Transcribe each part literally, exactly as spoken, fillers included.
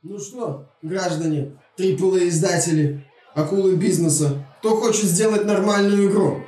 Ну что, граждане, трипл-эй издатели, акулы бизнеса, кто хочет сделать нормальную игру?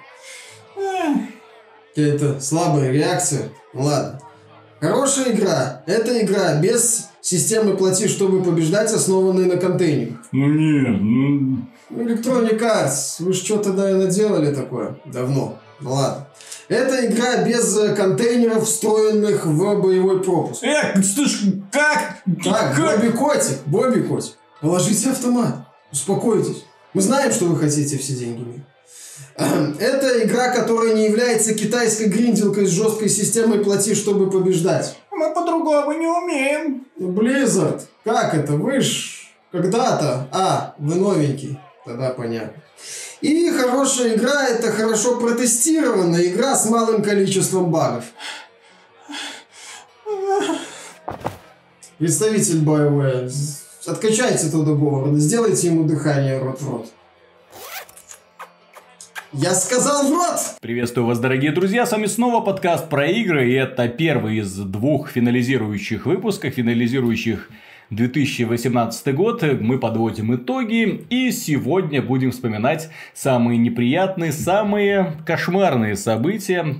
Это слабая реакция. Ладно. Хорошая игра. Это игра без системы «плати, чтобы побеждать», основанной на контейнерах. Ну нет, ну... Electronic Arts, вы ж что-то, наверное, делали такое давно. Ну ладно. Это игра без контейнеров, встроенных в боевой пропуск. Эх, слушай, как? Так, как? Бобби Котик, Бобби Котик, положите автомат, успокойтесь. Мы знаем, что вы хотите все деньги. Это игра, которая не является китайской гринделкой с жесткой системой «плати, чтобы побеждать». Мы по-другому не умеем. Blizzard, как это? Вы ж когда-то... А, вы новенький. Тогда понятно. И хорошая игра – это хорошо протестированная игра с малым количеством багов. Представитель BioWare, откачайте туда Говарда, сделайте ему дыхание рот в рот. Я сказал в рот! Приветствую вас, дорогие друзья, с вами снова подкаст про игры, и это первый из двух финализирующих выпусков, финализирующих две тысячи восемнадцатый год. Мы подводим итоги, и сегодня будем вспоминать самые неприятные, самые кошмарные события,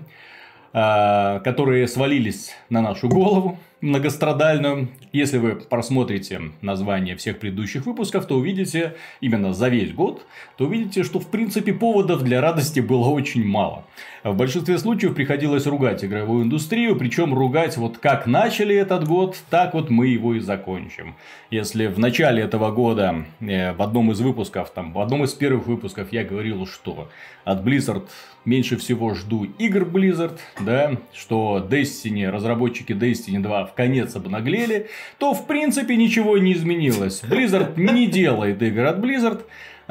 которые свалились на нашу голову многострадальную. Если вы просмотрите название всех предыдущих выпусков, то увидите именно за весь год, то увидите, что в принципе поводов для радости было очень мало. В большинстве случаев приходилось ругать игровую индустрию, причем ругать вот как начали этот год, так вот мы его и закончим. Если в начале этого года э, в одном из выпусков, там, в одном из первых выпусков я говорил, что от Blizzard меньше всего жду игр Blizzard, да, что Destiny, разработчики Destiny два в конец обнаглели, то в принципе ничего не изменилось. Blizzard не делает игр от Blizzard,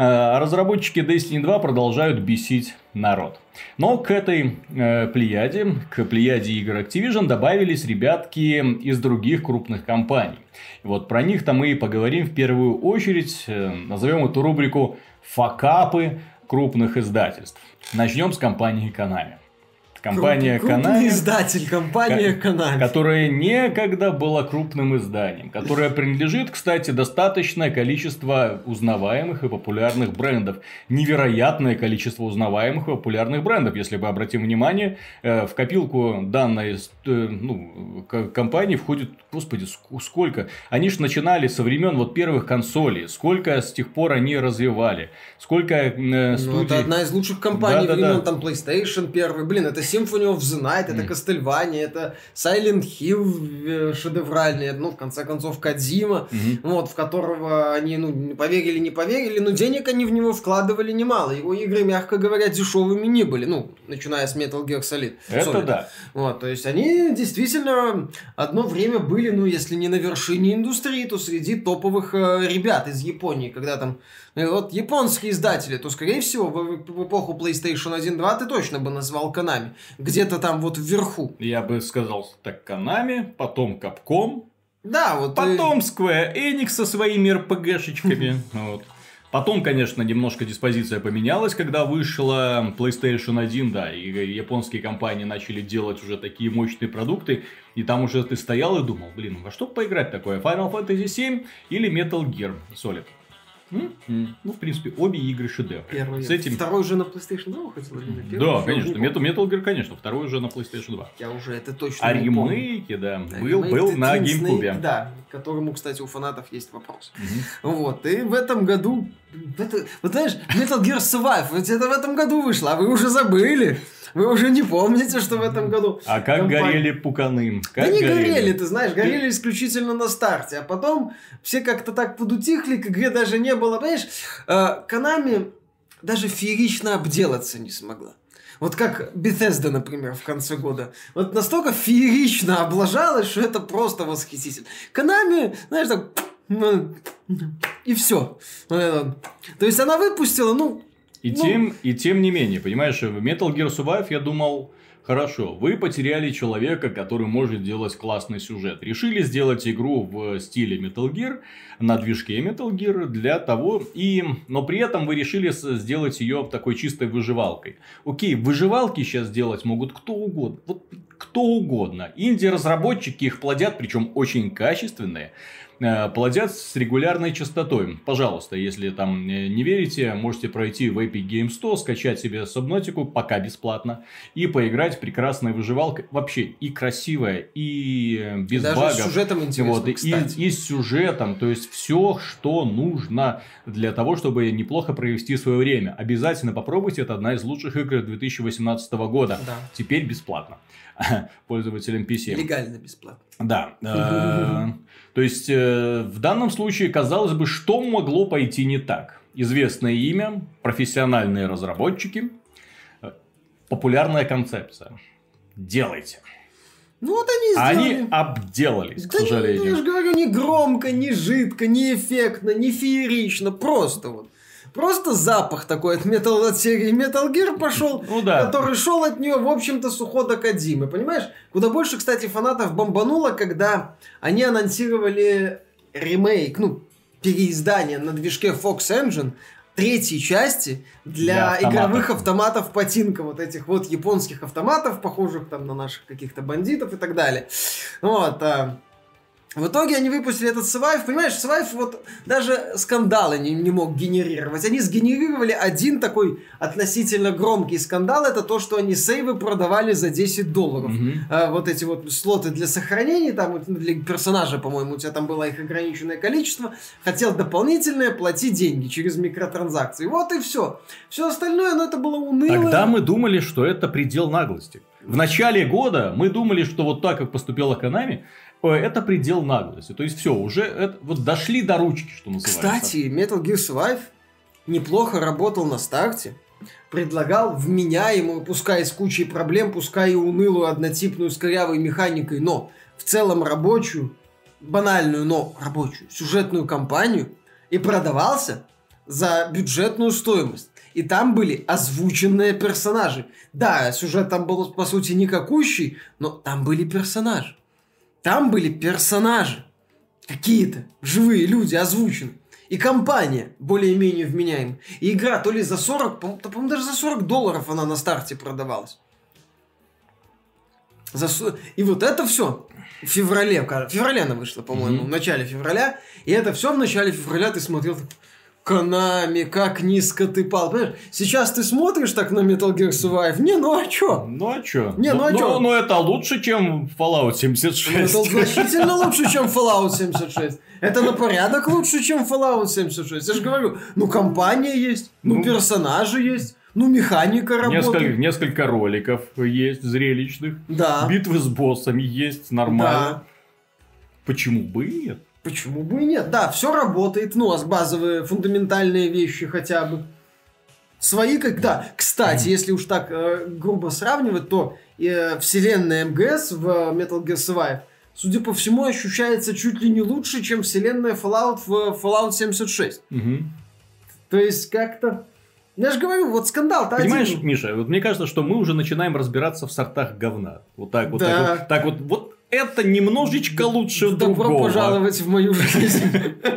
а разработчики Destiny два продолжают бесить народ. Но к этой э, плеяде, к плеяде игр Activision добавились ребятки из других крупных компаний. И вот про них-то мы и поговорим в первую очередь. Э, назовем эту рубрику «Факапы крупных издательств». Начнем с компании Konami. Компания Крупный Konami, издатель, компания Konami. которая некогда была крупным изданием, которая принадлежит, кстати, достаточное количество узнаваемых и популярных брендов. Невероятное количество узнаваемых и популярных брендов. Если мы обратим внимание, в копилку данной ну, компании входит, господи, сколько. Они же начинали со времен вот первых консолей. Сколько с тех пор они развивали. Сколько э, студий... Ну, это одна из лучших компаний да, времен, да, да. там PlayStation первый. Блин, это Symphony of the Night, это Castlevania, это Silent Hill шедевральный, ну, в конце концов, Кодзима, Mm-hmm. вот, в которого они, ну, поверили, не поверили, но денег они в него вкладывали немало. Его игры, мягко говоря, дешевыми не были, ну, начиная с Metal Gear Solid. Это Solid. да. Вот, то есть, они действительно одно время были, ну, если не на вершине индустрии, то среди топовых э, ребят из Японии, когда там вот японские издатели, то, скорее всего, в, в эпоху PlayStation один-два ты точно бы назвал Konami. Где-то там вот вверху. Я бы сказал так, Konami, потом Capcom, да, вот потом и... Square Enix со своими эр пи джи-шечками. Вот. Потом, конечно, немножко диспозиция поменялась, когда вышла PlayStation один, да, и японские компании начали делать уже такие мощные продукты, и там уже ты стоял и думал, блин, во что поиграть такое, Final Fantasy семь или Metal Gear Solid? Mm-hmm. Ну, в принципе, обе игры шедевры. Первый. С этим... Второй уже на PlayStation два хотел? Да, конечно. Metal, Metal Gear, конечно. Второй уже на PlayStation два. Я уже это точно а не помню. ремейки, да, да был, ремейк был на Twin GameCube. Snake, да, к которому, кстати, у фанатов есть вопрос. Mm-hmm. Вот. И в этом году... Это, вот знаешь, Metal Gear Survive, ведь это в этом году вышло, а вы уже забыли. Вы уже не помните, что в этом году... А как компания... горели пуканы? Как да не горели? горели, ты знаешь, горели исключительно на старте. А потом все как-то так подутихли, к игре даже не было. Понимаешь, Konami даже феерично обделаться не смогла. Вот как Bethesda, например, в конце года. Вот настолько феерично облажалась, что это просто восхитительно. Konami, знаешь, так... И все. То есть она выпустила, ну... И, ну... тем, и тем не менее, понимаешь, в Metal Gear Survive я думал, хорошо, вы потеряли человека, который может делать классный сюжет. Решили сделать игру в стиле Metal Gear, на движке Metal Gear для того, и... но при этом вы решили сделать ее такой чистой выживалкой. Окей, выживалки сейчас делать могут кто угодно. Вот кто угодно. Инди-разработчики их плодят, причем очень качественные. э, плодят с регулярной частотой. Пожалуйста, если там не верите, можете пройти в Epic Games Store, скачать себе Subnautica, пока бесплатно, и поиграть в прекрасной выживалке. Вообще и красивая, и без даже багов. с сюжетом интересно, вот, кстати. И, и с сюжетом, то есть все, что нужно для того, чтобы неплохо провести свое время. Обязательно попробуйте, это одна из лучших игр две тысячи восемнадцатого года. Да. Теперь бесплатно пользователям пи си. Легально бесплатно. Да. То есть, в данном случае, казалось бы, что могло пойти не так? Известное имя, профессиональные разработчики, популярная концепция. Делайте. Ну вот они сделали. Они обделались, да к сожалению. Не, я же говорю, не громко, не жидко, не эффектно, не феерично. Просто вот. Просто запах такой от, Metal, от серии Metal Gear пошел, ну, да. который шел от нее, в общем-то, с ухода Кодзимы. Понимаешь? Куда больше, кстати, фанатов бомбануло, когда они анонсировали ремейк, ну, переиздание на движке Fox Engine третьей части для, для игровых автоматов Патинка. Вот этих вот японских автоматов, похожих там на наших каких-то бандитов и так далее. Вот. А... В итоге они выпустили этот Survive. Понимаешь, Survive вот даже скандалы не, не мог генерировать. Они сгенерировали один такой относительно громкий скандал. Это то, что они сейвы продавали за десять долларов. Mm-hmm. А, вот эти вот слоты для сохранения, там для персонажа, по-моему, у тебя там было их ограниченное количество. Хотел дополнительное, плати деньги через микротранзакции. Вот и все. Все остальное, ну это было уныло. Тогда мы думали, что это предел наглости. В начале года мы думали, что вот так, как поступила Konami, это предел наглости. То есть все, уже это, вот дошли до ручки, что называется. Кстати, Metal Gear Survive неплохо работал на старте. Предлагал вменяемую, пускай с кучей проблем, пускай и унылую, однотипную, с корявой механикой, но в целом рабочую, банальную, но рабочую сюжетную кампанию и продавался за бюджетную стоимость. И там были озвученные персонажи. Да, сюжет там был, по сути, никакущий, но там были персонажи. Там были персонажи. Какие-то живые люди озвучены. И компания более-менее вменяемая. И игра то ли за сорок, по-моему, даже за сорок долларов она на старте продавалась. За... И вот это все в феврале. В феврале она вышла, по-моему, mm-hmm. в начале февраля. И это все в начале февраля ты смотрел... Konami, как низко ты пал. Понимаешь? Сейчас ты смотришь так на Metal Gear Survive. Не, ну а чё? Ну а чё? Не, ну, ну а чё? Ну, ну это лучше, чем Fallout семьдесят шесть. Ну, это значительно лучше, чем Fallout семьдесят шесть. Это на порядок лучше, чем Fallout семьдесят шесть. Я же говорю, ну компания есть, ну, ну персонажи есть. Ну, механика работает. Несколько, несколько роликов есть зрелищных. Да. Битвы с боссами есть нормально. Да. Почему бы и нет? Почему бы и нет? Да, все работает. Ну, а базовые фундаментальные вещи хотя бы. Свои, как... Да, кстати, mm-hmm. если уж так э, грубо сравнивать, то э, вселенная эм гэ эс в Metal Gear Survive, судя по всему, ощущается чуть ли не лучше, чем вселенная Fallout в Fallout семьдесят шесть. Mm-hmm. То есть, как-то... Я же говорю, вот скандал-то Понимаешь, один. Миша, вот мне кажется, что мы уже начинаем разбираться в сортах говна. Вот так вот. Да. Так вот, так вот, вот это немножечко лучше Добро другого. Добро пожаловать в мою жизнь.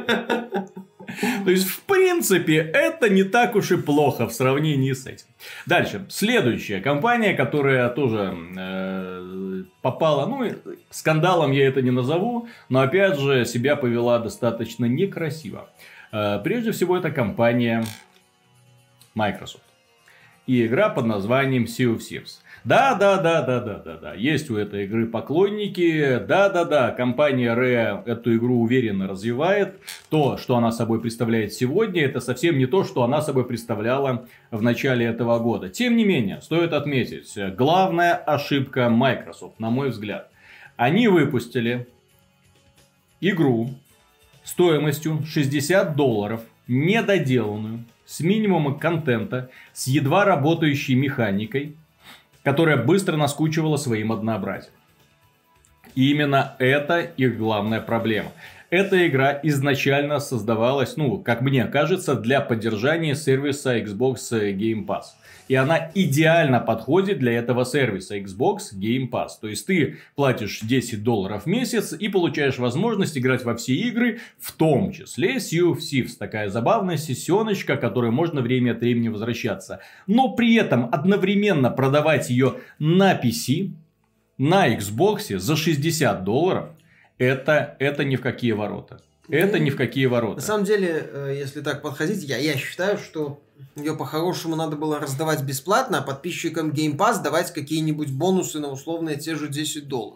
То есть, в принципе, это не так уж и плохо в сравнении с этим. Дальше. Следующая компания, которая тоже э, попала, ну, скандалом я это не назову, но, опять же, себя повела достаточно некрасиво. Э, прежде всего, это компания Microsoft. И игра под названием Sea of Thieves. Да, да, да, да, да, да, да. Есть у этой игры поклонники. Да, да, да. Компания Rare эту игру уверенно развивает. То, что она собой представляет сегодня, это совсем не то, что она собой представляла в начале этого года. Тем не менее, стоит отметить, главная ошибка Microsoft, на мой взгляд. Они выпустили игру стоимостью шестьдесят долларов, недоделанную, с минимумом контента, с едва работающей механикой, которая быстро наскучивала своим однообразием. И именно это их главная проблема. Эта игра изначально создавалась, ну, как мне кажется, для поддержания сервиса Xbox Game Pass. И она идеально подходит для этого сервиса Xbox Game Pass. То есть ты платишь десять долларов в месяц и получаешь возможность играть во все игры, в том числе Sea of Thieves. Такая забавная сессионочка, к которой можно время от времени возвращаться. Но при этом одновременно продавать ее на пи си, на Xbox за шестьдесят долларов, это, это ни в какие ворота. это ни в какие ворота. На самом деле, если так подходить, я, я считаю, что ее по-хорошему надо было раздавать бесплатно, а подписчикам Game Pass давать какие-нибудь бонусы на условные те же десять долларов.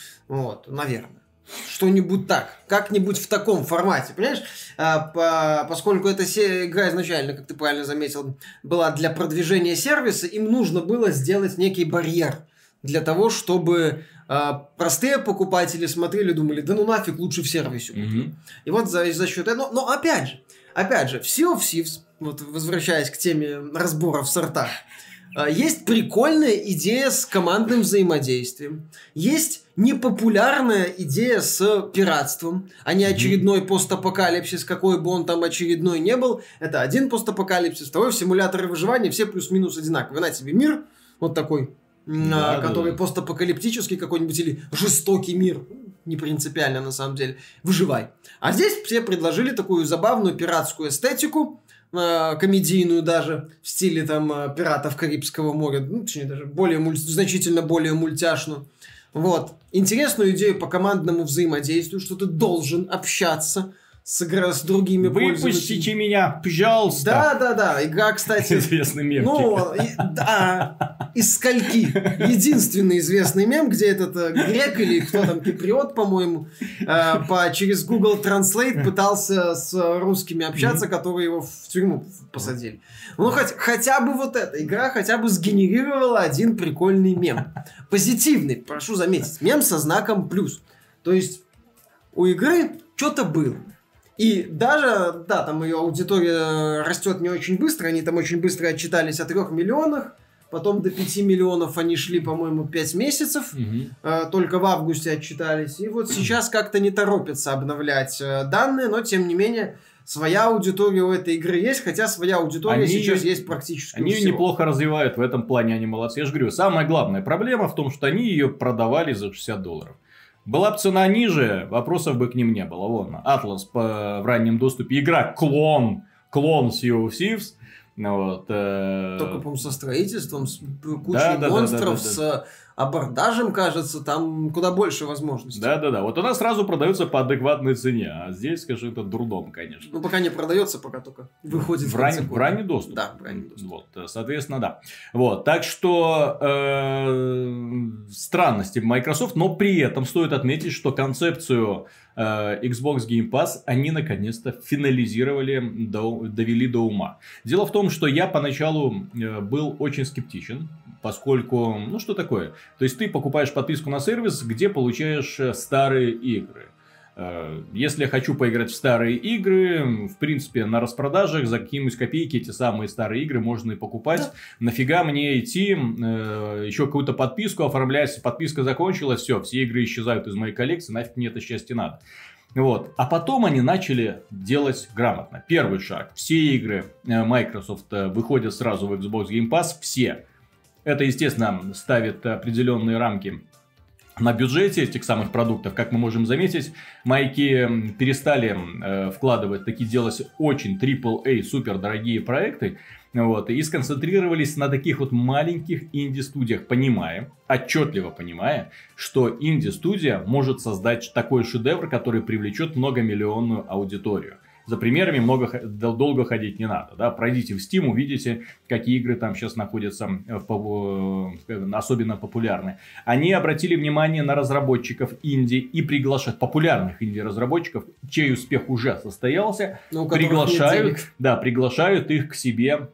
Вот, наверное. Что-нибудь так. Как-нибудь в таком формате. Понимаешь? А, по, поскольку эта игра изначально, как ты правильно заметил, была для продвижения сервиса, им нужно было сделать некий барьер для того, чтобы а, простые покупатели смотрели, думали, да ну нафиг, лучше в сервисе. Mm-hmm. И вот за, за счет этого... Но, но опять же, опять же, в Sea of Thieves, вот возвращаясь к теме разбора в сортах, есть прикольная идея с командным взаимодействием. Есть непопулярная идея с пиратством, а не очередной постапокалипсис, какой бы он там очередной не был. Это один постапокалипсис, второй в симуляторе выживания, все плюс-минус одинаковые. На тебе мир, вот такой, да, который да, да. постапокалиптический какой-нибудь или жестокий мир. Не принципиально на самом деле. Выживай. А здесь все предложили такую забавную пиратскую эстетику, комедийную даже, в стиле там «Пиратов Карибского моря», ну, точнее, даже более муль... значительно более мультяшную. Вот. Интересную идею по командному взаимодействию, что ты должен общаться с, игра... с другими пользователями. Выпустите меня, пожалуйста. Да, да, да. Игра, кстати... Известный мем. Ну, и, да. Из скольки? Единственный известный мем, где этот э, грек или кто там, киприот, по-моему, э, по, через Google Translate пытался с русскими общаться, mm-hmm. которые его в тюрьму посадили. Ну, хоть, хотя бы вот эта игра хотя бы сгенерировала один прикольный мем. Позитивный, прошу заметить. Мем со знаком плюс. То есть, у игры что-то было. И даже, да, там ее аудитория растет не очень быстро, они там очень быстро отчитались о трех миллионах, потом до пяти миллионов они шли, по-моему, пять месяцев, угу. э, только в августе отчитались, и вот сейчас как-то не торопятся обновлять э, данные, но, тем не менее, своя аудитория у этой игры есть, хотя своя аудитория они сейчас ее, есть практически Они у ее всего. неплохо развивают, в этом плане они молодцы. Я же говорю, самая главная проблема в том, что они ее продавали за шестьдесят долларов. Была бы цена ниже, вопросов бы к ним не было. Вон, Atlas по, в раннем доступе. Игра клон, клон Sea of Thieves. Вот, э... Только, по-моему, со строительством, с кучей да, монстров, да, да, да, да, с абордажем, кажется, там куда больше возможностей. Да-да-да. Вот она сразу продается по адекватной цене. А здесь, скажи, это дурдом, конечно. Ну, пока не продается, пока только выходит в, в, ран... в ранний доступ. Да, в ранний доступ. Вот, соответственно, да. Вот, так что э... странности Microsoft, но при этом стоит отметить, что концепцию э, Xbox Game Pass они наконец-то финализировали, до... довели до ума. Дело в том, что я поначалу э, был очень скептичен, поскольку, ну что такое? То есть ты покупаешь подписку на сервис, где получаешь старые игры. Если я хочу поиграть в старые игры, в принципе, на распродажах за какие-нибудь копейки эти самые старые игры можно и покупать. Да. Нафига мне идти, еще какую-то подписку оформлять, подписка закончилась, все, все игры исчезают из моей коллекции, нафиг мне это счастье надо. Вот. А потом они начали делать грамотно. Первый шаг. Все игры Microsoft выходят сразу в Xbox Game Pass, все. Это, естественно, ставит определенные рамки на бюджете этих самых продуктов. Как мы можем заметить, майки перестали э, вкладывать, такие делать очень трипл эй супер дорогие проекты. Вот, и сконцентрировались на таких вот маленьких инди-студиях, понимая, отчетливо понимая, что инди-студия может создать такой шедевр, который привлечет многомиллионную аудиторию. За примерами много, долго ходить не надо. Да? Пройдите в Steam, увидите, какие игры там сейчас находятся, в, особенно популярны. Они обратили внимание на разработчиков инди и приглашают популярных инди-разработчиков, чей успех уже состоялся, ну, приглашают, да, приглашают их к себе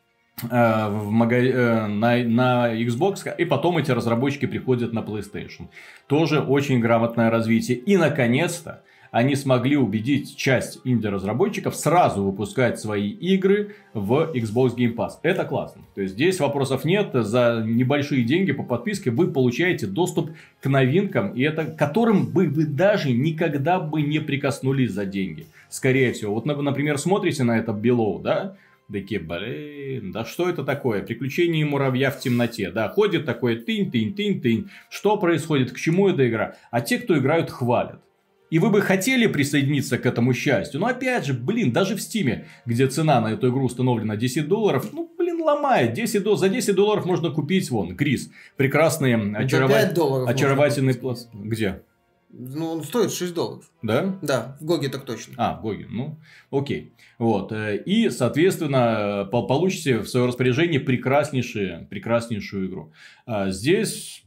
э, в мага... э, на, на Xbox, и потом эти разработчики приходят на PlayStation. Тоже очень грамотное развитие. И, наконец-то, они смогли убедить часть инди-разработчиков сразу выпускать свои игры в Xbox Game Pass. Это классно. То есть здесь вопросов нет. За небольшие деньги по подписке вы получаете доступ к новинкам, и это, к которым бы вы даже никогда бы не прикоснулись за деньги. Скорее всего. Вот, например, смотрите на это Below, да? Такие, блин, да что это такое? Приключения муравья в темноте. Да, ходит такой тынь-тынь-тынь-тынь. Что происходит? К чему эта игра? А те, кто играют, хвалят. И вы бы хотели присоединиться к этому счастью. Но опять же, блин, даже в Стиме, где цена на эту игру установлена десять долларов, ну, блин, ломает. десять долларов. За десять долларов можно купить, вон, Грис. Прекрасный, очарова... очаровательный пласт. Где? Ну, он стоит шесть долларов. Да? Да, в Гоге так точно. А, в Гоге, ну, окей. Вот. И, соответственно, получите в свое распоряжение прекраснейшую, прекраснейшую игру. А здесь...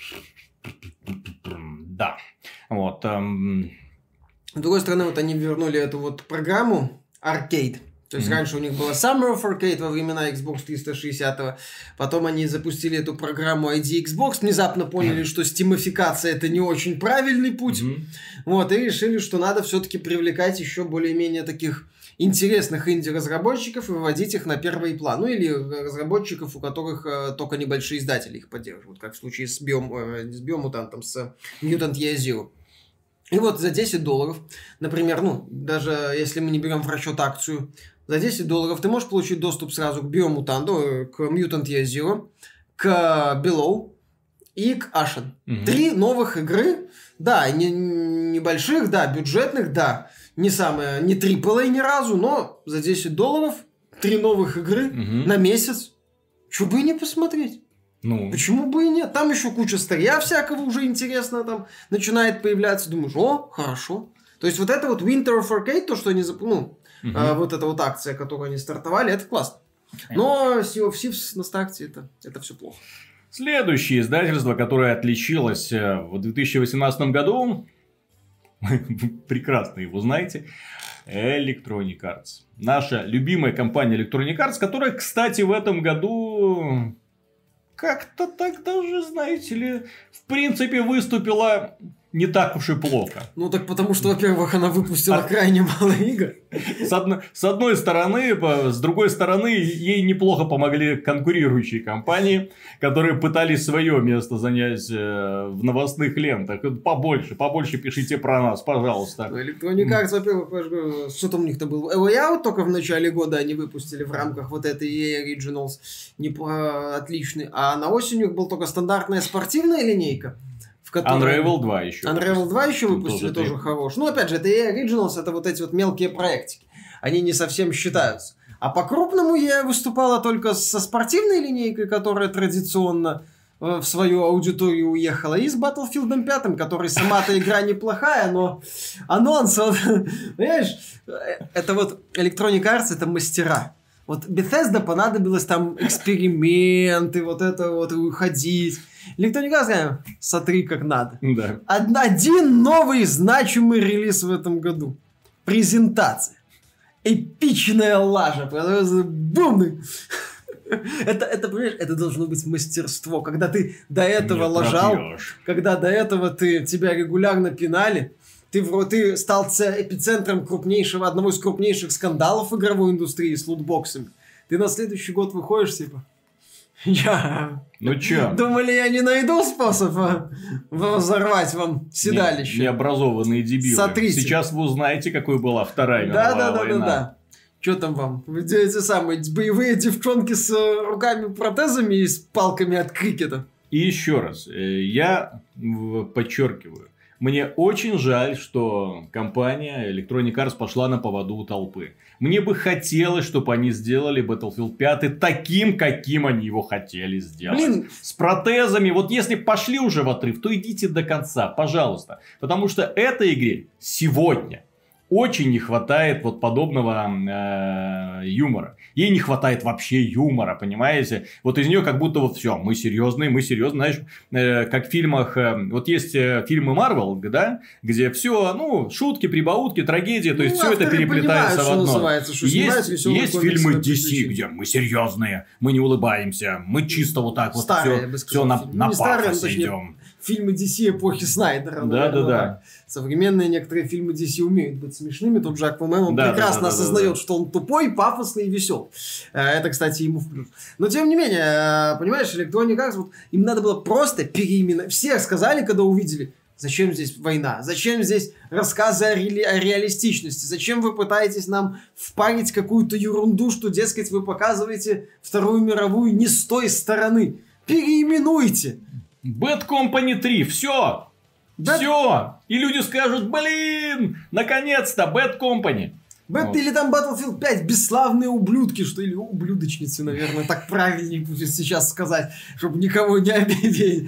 Да. Вот. С другой стороны, вот они вернули эту вот программу Arcade. То есть, mm-hmm. раньше у них была Summer of Arcade во времена Xbox триста шестьдесят. Потом они запустили эту программу ай ди Xbox. Внезапно поняли, mm-hmm. что стимификация это не очень правильный путь. Mm-hmm. Вот, и решили, что надо все-таки привлекать еще более-менее таких интересных инди-разработчиков и выводить их на первый план. Ну, или разработчиков, у которых э, только небольшие издатели их поддерживают. Как в случае с, биом, э, с Биомутантом, с Mutant Year Zero. И вот за десять долларов, например, ну, даже если мы не берем в расчет акцию, за десять долларов ты можешь получить доступ сразу к Биомутанту, к Mutant Year Zero, к Below и к Ashen. Mm-hmm. Три новых игры, да, не, небольших, да, бюджетных, да, не самые, не трипл эй ни разу, но за десять долларов три новых игры mm-hmm. на месяц. Чё бы и не посмотреть? Ну. Почему бы и нет? Там еще куча старья всякого уже интересного там начинает появляться. Думаешь, о, хорошо. То есть, вот это вот Winter of Arcade, то, что они... Ну, угу. а, вот эта вот акция, которую они стартовали, это классно. Но Sea of Thieves на старте это, это все плохо. Следующее издательство, которое отличилось в две тысячи восемнадцатом году, прекрасно его знаете, Electronic Arts. Наша любимая компания Electronic Arts, которая, кстати, в этом году... Как-то так даже, знаете ли, в принципе, выступила не так уж и плохо. Ну, так потому что, во-первых, она выпустила а... крайне мало игр. С, одно... с одной стороны, с другой стороны, ей неплохо помогли конкурирующие компании, которые пытались свое место занять в новостных лентах. Побольше, побольше пишите про нас, пожалуйста. Ну, Electronic Arts, во-первых, что там у них-то было? A Way Out только в начале года они выпустили в рамках вот этой и эй Originals. Не... Отличный. А на осень у них была только стандартная спортивная линейка. Которой... Unravel два еще. Unravel два еще выпустили, тоже, тоже хорош. Ну, опять же, это и эй Originals, это вот эти вот мелкие проектики. Они не совсем считаются. А по-крупному я выступала только со спортивной линейкой, которая традиционно в свою аудиторию уехала, и с Battlefield пять, который сама-то игра неплохая, но анонс, вот, понимаешь, это вот Electronic Arts, это мастера. Вот Bethesda понадобилось там эксперименты, вот это вот, уходить. Electronic Arts, смотри как надо. Да. Один новый значимый релиз в этом году. Презентация. Эпичная лажа. Бум! Это, это, понимаешь, это должно быть мастерство. Когда ты до этого не лажал, пропьешь. Когда до этого ты, тебя регулярно пинали, ты, ты стал эпицентром крупнейшего, одного из крупнейших скандалов в игровой индустрии с лутбоксами. Ты на следующий год выходишь, типа... Я... Ну чё? Думали, я не найду способ а, взорвать вам седалище. Не, необразованные дебилы. Сотрите. Сейчас вы узнаете, какой была Вторая мировая да, да, война. Да, да, да. Что там вам? Вы делаете самые боевые девчонки с руками-протезами и с палками от крикета. И еще раз, я подчеркиваю. Мне очень жаль, что компания Electronic Arts пошла на поводу у толпы. Мне бы хотелось, чтобы они сделали Battlefield пять таким, каким они его хотели сделать. Блин. С протезами. Вот если пошли уже в отрыв, то идите до конца, пожалуйста. Потому что этой игре сегодня очень не хватает вот подобного э, юмора. Ей не хватает вообще юмора, понимаете? Вот из нее как будто вот все, мы серьезные, мы серьезные. Знаешь, э, как в фильмах, э, вот есть э, фильмы Marvel, да, где все, ну, шутки, прибаутки, трагедии, то есть ну, все это переплетается в одно. Есть, есть фильмы ди си, где мы серьезные, мы не улыбаемся, мы чисто вот так старые, вот все, все на, на пафос идем. Фильмы ди си эпохи Снайдера. Да, да, да. Современные некоторые фильмы ди си умеют быть смешными. Тот же Аквамен, он да, прекрасно да, да, осознает, да, да. что он тупой, пафосный и весел. Это, кстати, ему в плюс. Но, тем не менее, понимаешь, Electronic Arts, вот, им надо было просто переименовать. Все сказали, когда увидели, зачем здесь война, зачем здесь рассказы о, ре... о реалистичности, зачем вы пытаетесь нам впарить какую-то ерунду, что, дескать, вы показываете Вторую мировую не с той стороны. Переименуйте. Bad Company три, все, да? Все. И люди скажут, блин, наконец-то Bad Company. Бэт, Вот. Или там Battlefield пять бесславные ублюдки, что или ублюдочницы, наверное, так правильнее будет сейчас сказать, чтобы никого не обидеть,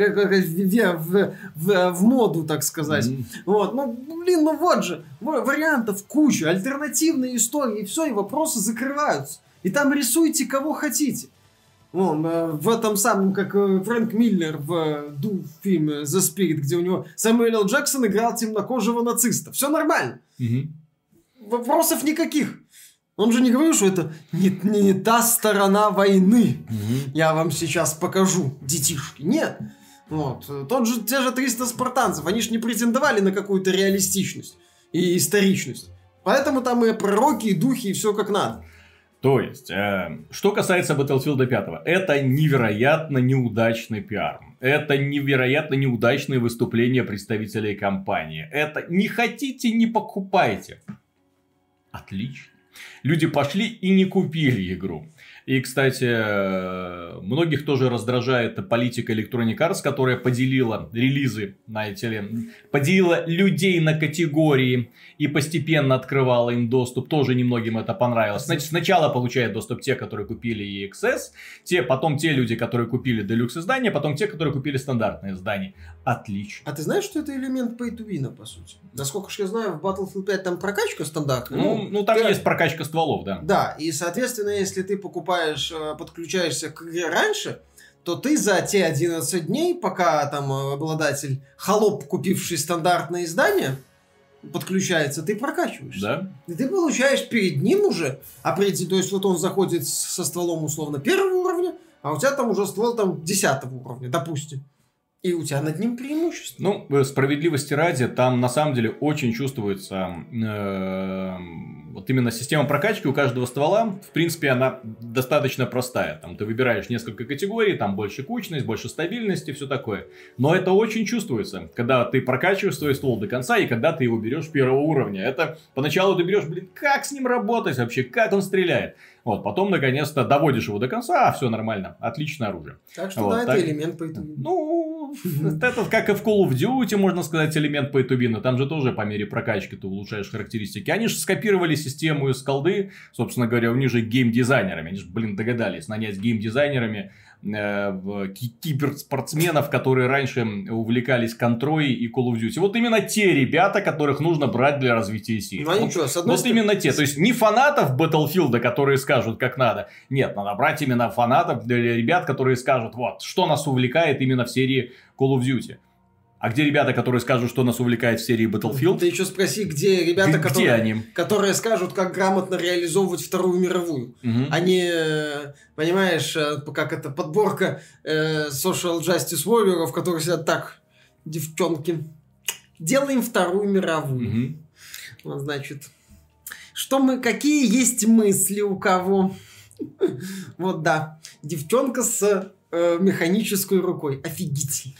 в, в, в моду, так сказать. Mm-hmm. Вот, ну, блин, ну вот же, вариантов куча, альтернативные истории, и все, и вопросы закрываются. И там рисуйте кого хотите. Вон, в этом самом, как Фрэнк Миллер в Ду фильме The Spirit, где у него Сэмюэл Л. Джексон играл темнокожего нациста. Все нормально. Mm-hmm. Вопросов никаких. Он же не говорил, что это не, не, не та сторона войны. Угу. Я вам сейчас покажу, детишки. Нет. Вот. Тот же, те же триста спартанцев, они же не претендовали на какую-то реалистичность и историчность. Поэтому там и пророки, и духи, и все как надо. То есть, э, что касается Battlefield пять, это невероятно неудачный пиар. Это невероятно неудачные выступления представителей компании. Это не хотите, не покупайте. Отлично. Люди пошли и не купили игру. И, кстати, многих тоже раздражает политика Electronic Arts, которая поделила релизы, знаете ли, поделила людей на категории и постепенно открывала им доступ. Тоже немногим это понравилось. Значит, сначала получают доступ те, которые купили и икс эс, те, потом те люди, которые купили Deluxe издание, потом те, которые купили стандартное издание. Отлично. А ты знаешь, что это элемент pay-to-win, по сути? Насколько же я знаю, в Battlefield пять там прокачка стандартная. Ну, ну, ну там ты... есть прокачка стволов, да. Да, и, соответственно, если ты покупаешь, подключаешься к игре раньше, то ты за те одиннадцать дней, пока там обладатель, холоп, купивший стандартное издание, подключается, ты прокачиваешься. Да. И ты получаешь перед ним уже, определить, то есть вот он заходит со стволом условно первого уровня, а у тебя там уже ствол там десятого уровня, допустим. И у тебя над ним преимущество. Ну, справедливости ради, там на самом деле очень чувствуется э, вот именно система прокачки у каждого ствола. В принципе, она достаточно простая. Там ты выбираешь несколько категорий, там больше кучность, больше стабильности, все такое. Но это очень чувствуется, когда ты прокачиваешь свой ствол до конца и когда ты его берешь первого уровня. Это поначалу ты берешь, блин, как с ним работать вообще, как он стреляет. Вот, потом, наконец-то, доводишь его до конца, а все нормально, отличное оружие. Так что, вот, да, так... это элемент pay-to-win. Ну, это как и в Call of Duty, можно сказать, элемент pay-to-win. Там же тоже по мере прокачки ты улучшаешь характеристики. Они же скопировали систему из колды, собственно говоря, у них же геймдизайнерами. Они же, блин, догадались нанять геймдизайнерами э, киберспортсменов, которые раньше увлекались контрой и Call of Duty. Вот именно те ребята, которых нужно брать для развития сети. Ну, а вот, ничего, с одной вот стороны... именно те. То есть, не фанатов Battlefield, которые скажут, как надо. Нет, надо брать именно фанатов, ребят, которые скажут, вот, что нас увлекает именно в серии Call of Duty. А где ребята, которые скажут, что нас увлекает в серии Battlefield? Ты еще спроси, где ребята, где которые, они? которые скажут, как грамотно реализовывать Вторую мировую. Угу. Они, понимаешь, как это, подборка э, Social Justice Warrior, в которых сидят так, девчонки, делаем Вторую мировую. Угу. Вот, значит, что мы, какие есть мысли у кого? Вот, да, девчонка с э, механической рукой. Офигительно.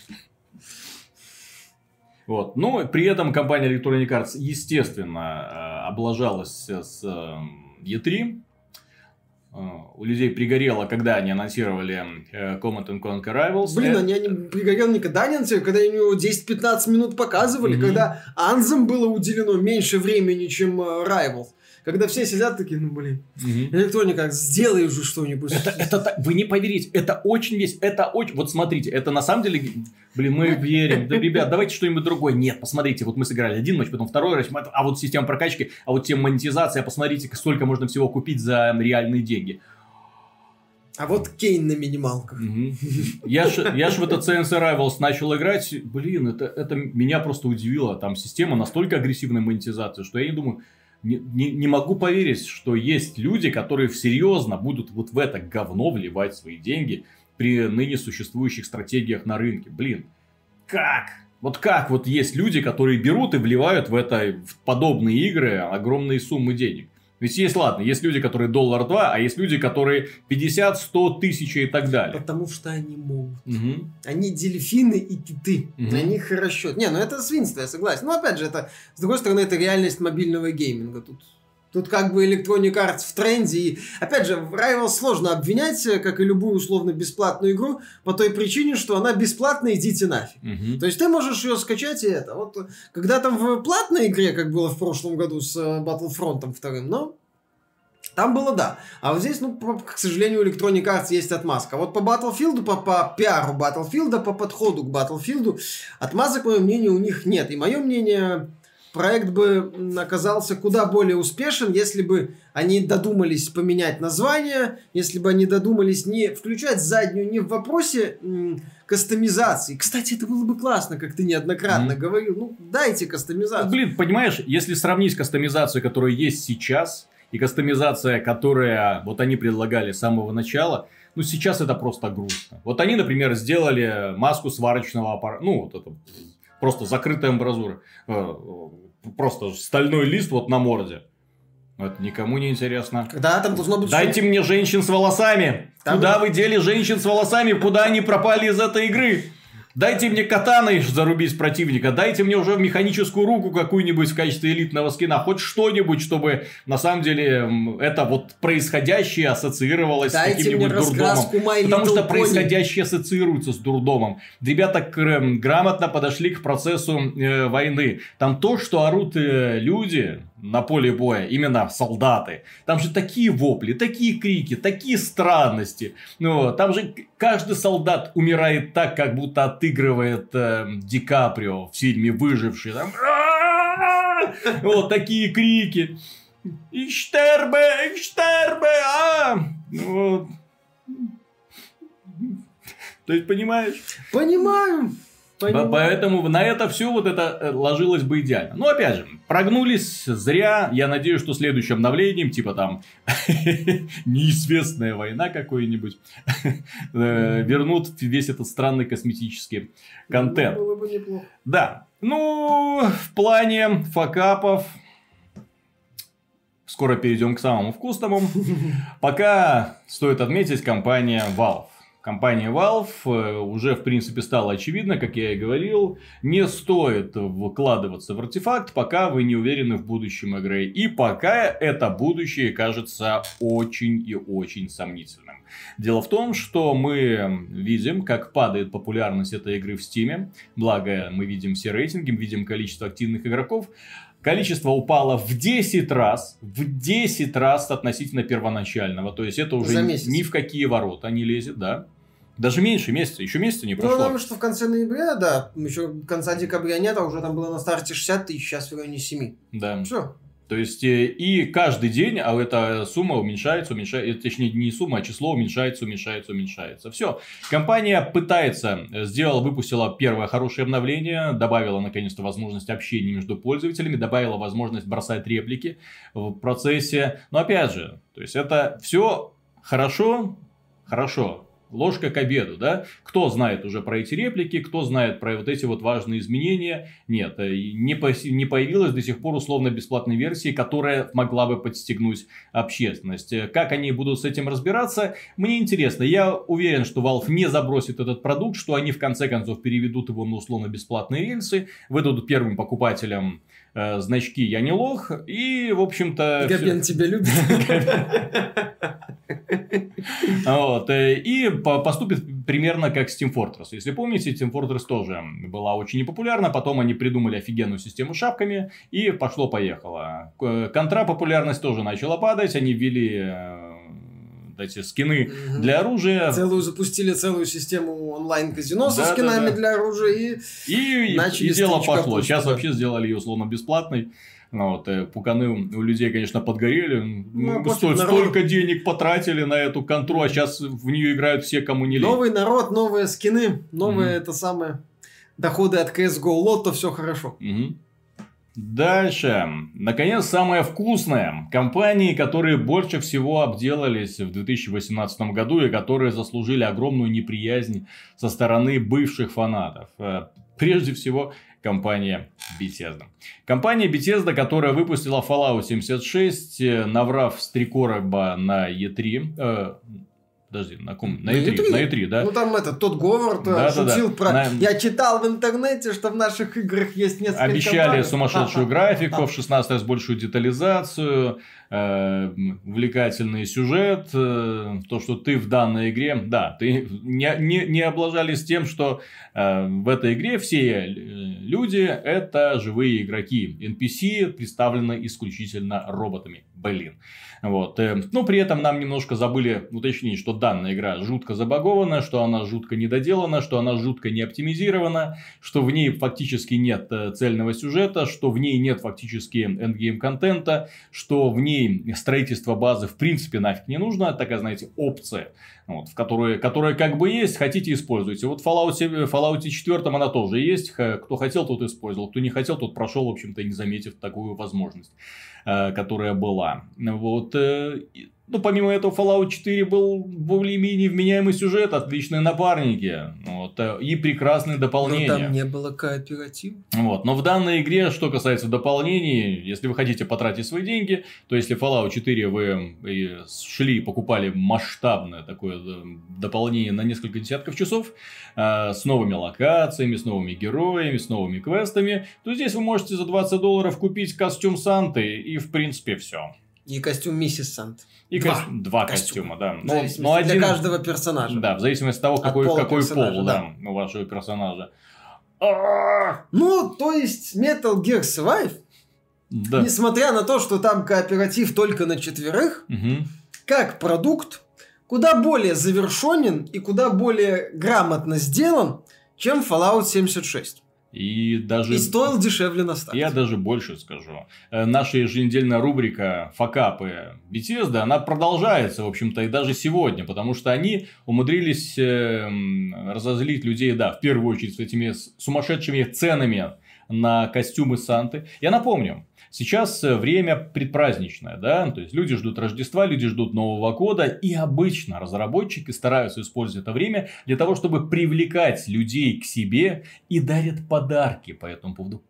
Вот. Но при этом компания Electronic Arts, естественно, облажалась с и три. У людей пригорело, когда они анонсировали Command and Conquer Rivals. Блин, они, они пригорело никогда не анонсировали, когда они его десять-пятнадцать минут показывали, mm-hmm. когда Anthem было уделено меньше времени, чем Rivals. Когда все сидят такие, ну блин, угу. Electronic Arts, сделай уже что-нибудь. Это, это, вы не поверите, это очень весь, это очень, вот смотрите, это на самом деле, блин, мы верим, да, ребят, давайте что-нибудь другое. Нет, посмотрите, вот мы сыграли один матч, потом второй матч, а вот система прокачки, а вот тема монетизация, посмотрите, сколько можно всего купить за реальные деньги. А вот Кейн на минималках. Угу. Я ж, я ж в этот си эн си Rivals начал играть, блин, это, это меня просто удивило, там система настолько агрессивной монетизации, что я не думаю... Не, не, не могу поверить, что есть люди, которые серьезно будут вот в это говно вливать свои деньги при ныне существующих стратегиях на рынке. Блин, как? Вот как вот есть люди, которые берут и вливают в это, в подобные игры огромные суммы денег? Ведь есть, ладно, есть люди, которые доллар-два, а есть люди, которые пятьдесят, сто тысяч и так далее. Потому что они могут. Угу. Они дельфины и киты. Угу. На них расчет. Не, ну это свинство, я согласен. Но опять же, это, с другой стороны, это реальность мобильного гейминга. Тут Тут как бы Electronic Arts в тренде. И, опять же, Rivals сложно обвинять, как и любую условно-бесплатную игру, по той причине, что она бесплатная, идите нафиг. Угу. То есть ты можешь ее скачать и это. Вот когда там в платной игре, как было в прошлом году с Battlefront вторым, но там было да. А вот здесь, ну, по, к сожалению, у Electronic Arts есть отмазка. Вот по Battlefield, по, по пиару Battlefield, по подходу к Battlefield, отмазок, по моему мнению, у них нет. И мое мнение... Проект бы оказался куда более успешен, если бы они додумались поменять название, если бы они додумались не включать заднюю не в вопросе м, кастомизации. Кстати, это было бы классно, как ты неоднократно mm-hmm. говорил. Ну, дайте кастомизацию. Ну, блин, понимаешь, если сравнить кастомизацию, которая есть сейчас, и кастомизация, которая вот они предлагали с самого начала, ну, сейчас это просто грустно. Вот они, например, сделали маску сварочного аппарата, ну, вот это... Просто закрытая амбразура. Просто стальной лист вот на морде. Это никому не интересно. Да, там должно быть... Дайте мне женщин с волосами. Там... Куда вы дели женщин с волосами? Куда они пропали из этой игры? Дайте мне катаной зарубить противника. Дайте мне уже механическую руку какую-нибудь в качестве элитного скина. Хоть что-нибудь, чтобы на самом деле это вот происходящее ассоциировалось Дайте с каким-нибудь дурдомом. Потому что Pony. Происходящее ассоциируется с дурдомом. Ребята грамотно подошли к процессу э, войны. Там то, что орут э, люди на поле боя, именно солдаты. Там же такие вопли, такие крики, такие странности. Ну, там же каждый солдат умирает так, как будто отыгрывает э, Ди Каприо в фильме «Выживший». Там... Вот такие крики. Иштербе, Иштербе, а! Вот. То есть, понимаешь? Понимаю. Понимаю. Поэтому на это все вот это ложилось бы идеально. Но опять же, прогнулись зря. Я надеюсь, что следующим обновлением, типа там неизвестная война какой-нибудь, вернут весь этот странный косметический контент. Было бы неплохо. Да. Ну, в плане факапов скоро перейдем к самому вкусному. Пока стоит отметить компания Valve. Компания Valve уже, в принципе, стало очевидно, как я и говорил, не стоит вкладываться в артефакт, пока вы не уверены в будущем игры. И пока это будущее кажется очень и очень сомнительным. Дело в том, что мы видим, как падает популярность этой игры в Steam. Благо, мы видим все рейтинги, мы видим количество активных игроков. Количество упало в десять раз, в десять раз относительно первоначального. То есть, это уже ни в какие ворота не лезет, да. Даже меньше месяца, еще месяца не прошло. Ну, потому что в конце ноября, да, еще конца декабря нет, а уже там было на старте шестьдесят тысяч, сейчас в районе семь. Да. Все. То есть, и каждый день, а эта сумма уменьшается, уменьшается, точнее, не сумма, а число уменьшается, уменьшается, уменьшается. Все. Компания пытается, сделала, выпустила первое хорошее обновление, добавила, наконец-то, возможность общения между пользователями, добавила возможность бросать реплики в процессе. Но, опять же, то есть, это все хорошо, хорошо. Ложка к обеду, да? Кто знает уже про эти реплики, кто знает про вот эти вот важные изменения? Нет, не, по, не появилась до сих пор условно-бесплатной версии, которая могла бы подстегнуть общественность. Как они будут с этим разбираться, мне интересно. Я уверен, что Valve не забросит этот продукт, что они в конце концов переведут его на условно-бесплатные рельсы, выдадут первым покупателям э, значки «Я не лох», и, в общем-то... Габен тебя любит. Вот, и поступит примерно как Team Fortress. Если помните, Team Fortress тоже была очень непопулярна. Потом они придумали офигенную систему с шапками. И пошло-поехало. Контра популярность тоже начала падать. Они ввели эти скины угу. для оружия. Целую запустили целую систему онлайн-казино да, со скинами да, да. для оружия. И, и, начали и дело пошло. Просто, Сейчас да. вообще сделали ее условно бесплатной. Ну, вот, пуканы у людей, конечно, подгорели. Ну, Столь, столько денег потратили на эту контру, а сейчас в нее играют все, кому не лень. Новый народ, новые скины, новые mm-hmm. это самое доходы от си эс го лотто, все хорошо. Mm-hmm. Дальше. Наконец, самое вкусное. Компании, которые больше всего обделались в две тысячи восемнадцатом году и которые заслужили огромную неприязнь со стороны бывших фанатов. Прежде всего, компания Bethesda. Компания Bethesda, которая выпустила Fallout семьдесят шесть, наврав с три короба на и три, э, Подожди, на ком? На На и три, и три. на и три, да? Ну там этот, тот Говард Да, шутил да, да. про... На- Я читал в интернете, что в наших играх есть несколько Обещали багов. сумасшедшую Ха-ха. графику, в шестнадцать раз большую детализацию, э, увлекательный сюжет, э, то, что ты в данной игре, да, ты не, не, не облажались тем, что э, в этой игре все э, люди это живые игроки, эн пи си представлены исключительно роботами, блин. Вот. э, Но при этом нам немножко забыли уточнить, что данная игра жутко забагована, что она жутко недоделана, что она жутко не оптимизирована, что в ней фактически нет э, цельного сюжета, что в ней нет фактически эндгейм контента, что в ней строительство базы в принципе нафиг не нужно, такая, знаете, опция, вот, в которой, которая как бы есть, хотите используйте. Вот в Fallout, в Fallout четыре она тоже есть, кто хотел, тот использовал, кто не хотел, тот прошел, в общем-то, не заметив такую возможность, э, которая была. Вот. Э, Ну, помимо этого, Fallout четыре был более-менее вменяемый сюжет, отличные напарники, вот, и прекрасные дополнения. Но там не было кооператива. Вот. Но в данной игре, что касается дополнений, если вы хотите потратить свои деньги, то если Fallout четыре вы шли и покупали масштабное такое дополнение на несколько десятков часов, э, с новыми локациями, с новыми героями, с новыми квестами, то здесь вы можете за двадцать долларов купить костюм Санты и, в принципе, все. И костюм миссис Сант. И Два, кос... Два костюма. костюма, да. В Но, зависимости но один... Для каждого персонажа. Да, в зависимости от того, От какой, пола какой персонажа, пол да. да, у вашего персонажа. Ну, то есть Metal Gear Survive, Да. несмотря на то, что там кооператив только на четверых, Мгм. как продукт, куда более завершенен и куда более грамотно сделан, чем Fallout семьдесят шесть. И даже... И стоил дешевле на старте. Я даже больше скажу. Э, Наша еженедельная рубрика «Факапы Bethesda», она продолжается, в общем-то, и даже сегодня, потому что они умудрились э, м, разозлить людей, да, в первую очередь, с этими с- сумасшедшими ценами на костюмы Санты. Я напомню, сейчас э, время предпраздничное, да, то есть люди ждут Рождества, люди ждут Нового года, и обычно разработчики стараются использовать это время для того, чтобы привлекать людей к себе и дарят подарки по этому поводу.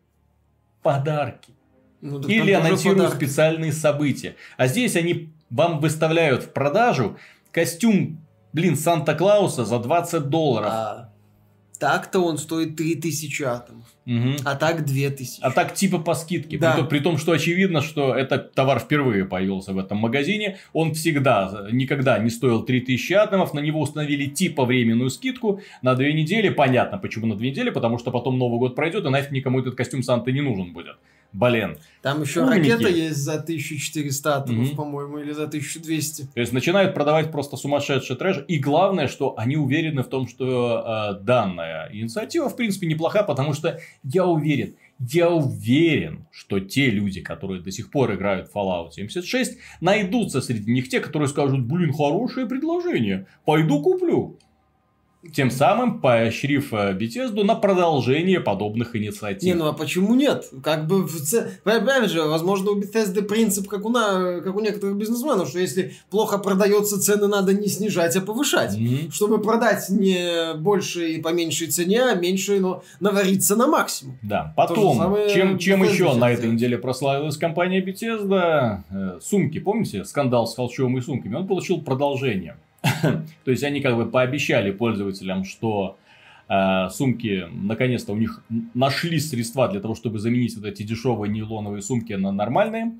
Подарки. Ну, так там Или тоже анонсируют подарки. специальные события. А здесь они вам выставляют в продажу костюм, блин, Санта-Клауса за двадцать долларов. А, так-то он стоит три тысячи атомов, Мгм. а так две тысячи. А так типа по скидке. Да. При, том, при том, что очевидно, что этот товар впервые появился в этом магазине. Он всегда, никогда не стоил три тысячи атомов. На него установили типа временную скидку на две недели. Понятно, почему на две недели. Потому что потом Новый год пройдет, и нафиг никому этот костюм Санты не нужен будет. Блин. Там еще Умники. ракета есть за тысячу четыреста атомов, Мгм. по-моему, или за тысячу двести. То есть начинают продавать просто сумасшедший трэш. И главное, что они уверены в том, что э, данная инициатива в принципе неплоха, потому что я уверен, я уверен, что те люди, которые до сих пор играют в Fallout семьдесят шесть, найдутся среди них те, которые скажут: блин, хорошее предложение, пойду куплю. Тем самым поощрив э, Bethesda на продолжение подобных инициатив. Не, ну а почему нет? Как бы, в ц- опять же, возможно, у Bethesda принцип, как у, на... как у некоторых бизнесменов, что если плохо продается, цены надо не снижать, а повышать. Мгм. Чтобы продать не больше и по меньшей цене, а меньше, но навариться на максимум. Да, То же потом, самое чем, чем Bethesda еще сейчас на этой делает. неделе прославилась компания Bethesda? Э, Сумки, помните? Скандал с холщовыми сумками. Он получил продолжение. То есть, они как бы пообещали пользователям, что э, сумки, наконец-то у них нашли средства для того, чтобы заменить вот эти дешевые нейлоновые сумки на нормальные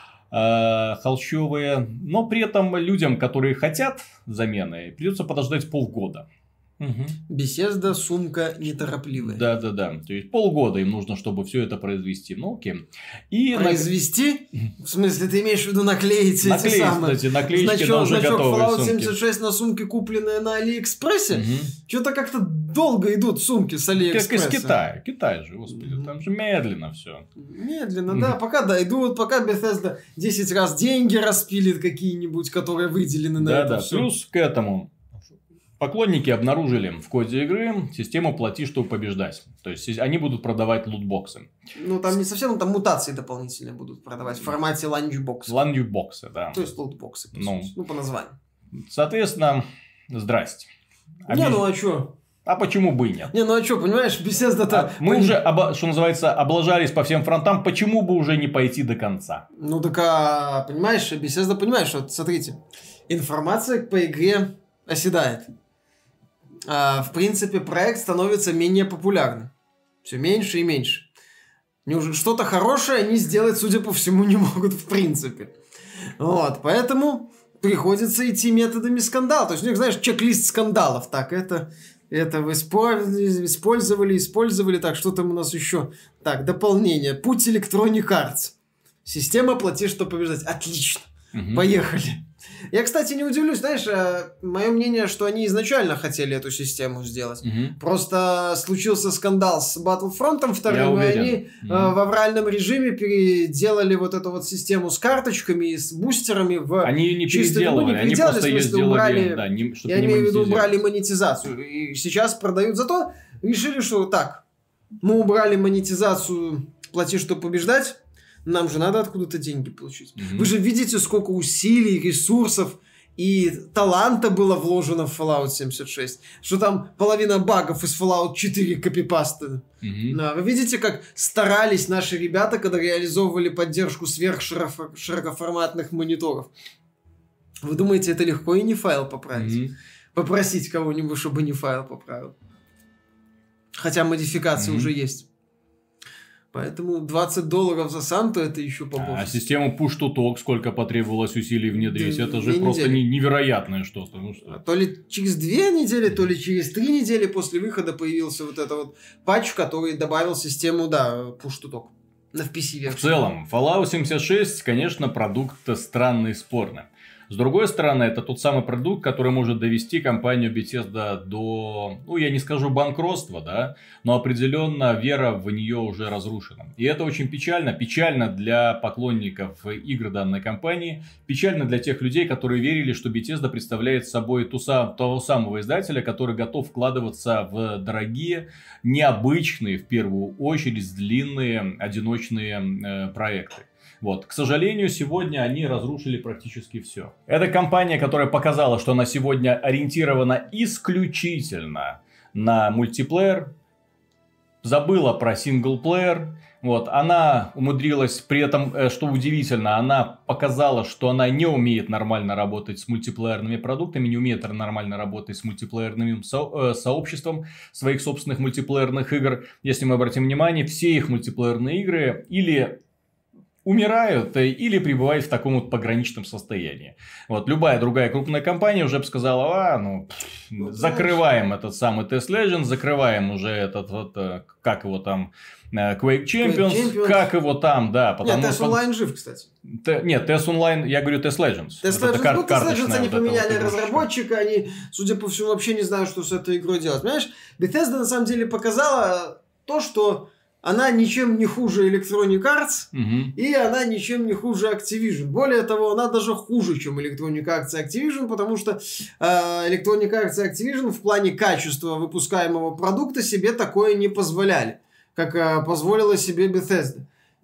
э, холщовые. Но при этом людям, которые хотят замены, придется подождать полгода. Мгм. Bethesda сумка неторопливая. Да, да, да. То есть полгода им нужно, чтобы все это произвести. Ну, окей. И на- Произвести? В смысле, ты имеешь в виду наклеить эти наклеить, самые... кстати, наклеечки на Значок, уже значок готовые Fallout сумки. семьдесят шесть на сумке, купленные на Алиэкспрессе? Мгм. Что-то как-то долго идут сумки с Как Алиэкспресса. из Китая. Китай же, господи, Мгм. там же медленно все. Медленно, Мгм. да, пока дойдут, пока Bethesda десять раз деньги распилит какие-нибудь, которые выделены на Да, это да. всё. Плюс к этому поклонники обнаружили в коде игры систему «плати, чтобы побеждать». То есть они будут продавать лутбоксы. Ну, там не совсем, там мутации дополнительные будут продавать в формате ланчбокса. Ланчбоксы, да. То есть лутбоксы, по Ну. сути. Ну, по названию. Соответственно, здрасте. А Не, без- ну а чё? А почему бы и нет? Не, ну а чё, понимаешь, Bethesda-то... А мы уже, оба- что называется, облажались по всем фронтам. Почему бы уже не пойти до конца? Ну, так, а, понимаешь, Bethesda понимает, что, смотрите, информация по игре оседает. А, в принципе, проект становится менее популярным. Все меньше и меньше. Неужели что-то хорошее они сделать, судя по всему, не могут в принципе. Вот, поэтому приходится идти методами скандала. То есть, у них, знаешь, чек-лист скандалов. Так, это, это вы использовали, использовали. Так, что там у нас еще? Так, дополнение. Путь Electronic Arts. Система «Плати, что побеждать». Отлично. Угу. Поехали. Я, кстати, не удивлюсь, знаешь, мое мнение, что они изначально хотели эту систему сделать. Угу. Просто случился скандал с Battlefront вторым, и они угу. э, в авральном режиме переделали вот эту вот систему с карточками и с бустерами в... Они не переделали, ну, не они просто ее сделали... Убрали, да, не, я имею в виду, убрали монетизацию. И сейчас продают. Зато решили, что так, мы убрали монетизацию «Плати, чтобы побеждать». Нам же надо откуда-то деньги получить. Mm-hmm. Вы же видите, сколько усилий, ресурсов и таланта было вложено в Fallout семьдесят шесть. Что там половина багов из Fallout четыре копипасты. Mm-hmm. Да, вы видите, как старались наши ребята, когда реализовывали поддержку сверхширокоформатных мониторов. Вы думаете, это легко и не файл поправить? Mm-hmm. Попросить кого-нибудь, чтобы не файл поправил. Хотя модификации mm-hmm. уже есть. Поэтому двадцать долларов за Санту это еще побольше. А систему push-to-talk сколько потребовалось усилий внедрить? Да, это же просто недели. невероятное что-то. Ну, что? То ли через две недели, то ли через три недели после выхода появился вот этот вот патч, который добавил систему, да, push-to-talk на в пи си-версии. В целом, Fallout семьдесят шесть, конечно, продукт странный и спорный. С другой стороны, это тот самый продукт, который может довести компанию Bethesda до, ну, я не скажу банкротства, да, но определенно вера в нее уже разрушена. И это очень печально. Печально для поклонников игр данной компании. Печально для тех людей, которые верили, что Bethesda представляет собой ту, того самого издателя, который готов вкладываться в дорогие, необычные, в первую очередь, длинные, одиночные э, проекты. Вот. К сожалению, сегодня они разрушили практически все. Это компания, которая показала, что она сегодня ориентирована исключительно на мультиплеер, забыла про синглплеер. Вот. Она умудрилась, при этом, что удивительно, она показала, что она не умеет нормально работать с мультиплеерными продуктами, не умеет нормально работать с мультиплеерным со- э, сообществом своих собственных мультиплеерных игр. Если мы обратим внимание, все их мультиплеерные игры или... умирают или пребывают в таком вот пограничном состоянии. Вот, любая другая крупная компания уже бы сказала, а, ну, ну закрываем этот самый Test Legends, закрываем уже этот вот, как его там, Quake Champions, Quake Champions. Как его там, да. Потому нет, Test Online жив, кстати. Т... Нет, Test Online, я говорю Test Legends. Test Legends, кар- ну, Test Legends они вот поменяли вот разработчика, они, судя по всему, вообще не знают, что с этой игрой делать. Понимаешь, Bethesda на самом деле показала то, что она ничем не хуже Electronic Arts, угу. и она ничем не хуже Activision. Более того, она даже хуже, чем Electronic Arts и Activision, потому что э, Electronic Arts и Activision в плане качества выпускаемого продукта себе такое не позволяли, как э, позволила себе Bethesda.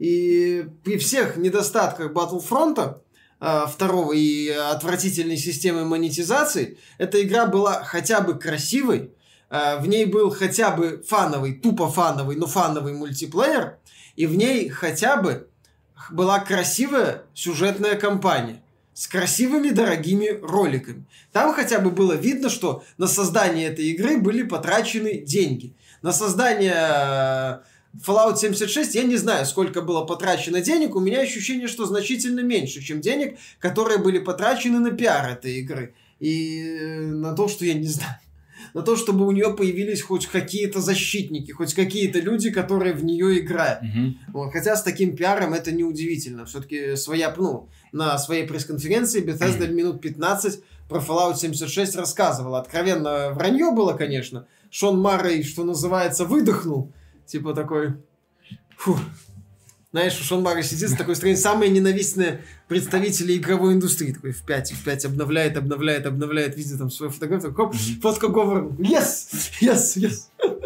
И при всех недостатках Battlefront э, второго и отвратительной системы монетизации, эта игра была хотя бы красивой, в ней был хотя бы фановый, тупо фановый, но фановый мультиплеер, и в ней хотя бы была красивая сюжетная кампания с красивыми дорогими роликами. Там хотя бы было видно, что на создание этой игры были потрачены деньги. На создание Fallout семьдесят шесть я не знаю, сколько было потрачено денег, у меня ощущение, что значительно меньше, чем денег, которые были потрачены на пиар этой игры. И на то, что я не знаю. На то, чтобы у нее появились хоть какие-то защитники, хоть какие-то люди, которые в нее играют. Mm-hmm. Вот. Хотя с таким пиаром это неудивительно. Все-таки своя, ну, на своей пресс-конференции Bethesda mm-hmm. минут пятнадцать про Fallout семьдесят шесть рассказывала. Откровенно вранье было, конечно. Шон Маррей, что называется, выдохнул. Типа такой... Фух. Знаешь, Шон Маррей сидит с такой стороны, самые ненавистные представители игровой индустрии. Такой в пять, в пять обновляет, обновляет, обновляет, видит там свою фотографию. Хоп, mm-hmm. фотка Говор. Yes! Yes! Yes!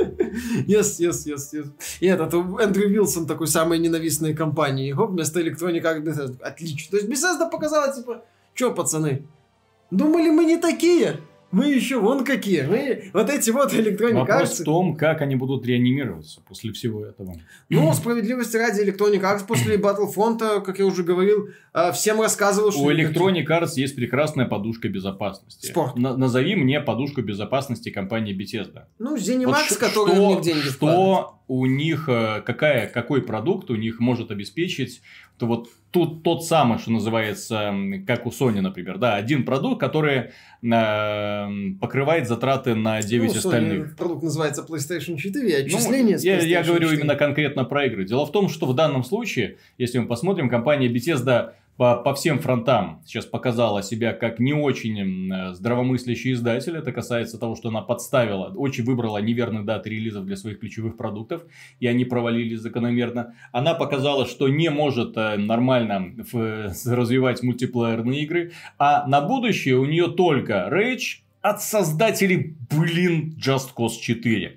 Yes, yes, yes, yes. И этот Эндрю Уилсон такой, самые ненавистные компании. И хоп, вместо Electronic Arts Bethesda. Отлично. То есть Bethesda показала, типа, чё, пацаны, думали мы не такие? Мы еще вон какие. Мы вот эти вот Electronic Arts. Вопрос в том, как они будут реанимироваться после всего этого. Ну, справедливости ради, Electronic Arts после Battlefront, как я уже говорил, всем рассказывал, что... У Electronic Arts есть прекрасная подушка безопасности. Спорт. На- назови мне подушку безопасности компании Bethesda. Ну, ZeniMax, Вот который что, у них деньги вкладывает. Что у них, э, какая, какой продукт у них может обеспечить, то вот тут тот самый, что называется, м, как у Sony, например, да, один продукт, который э, покрывает затраты на девять Ну, Sony остальных. продукт называется PlayStation четыре, и Ну, отчисления с я, я PlayStation говорю четыре. именно конкретно про игры. Дело в том, что в данном случае, если мы посмотрим, компания Bethesda по, по всем фронтам сейчас показала себя как не очень э, здравомыслящий издатель. Это касается того, что она подставила, очень выбрала неверные даты релизов для своих ключевых продуктов, и они провалились закономерно. Она показала, что не может э, нормально в, развивать мультиплеерные игры, а на будущее у нее только Rage от создателей, блин, Just Cause четыре.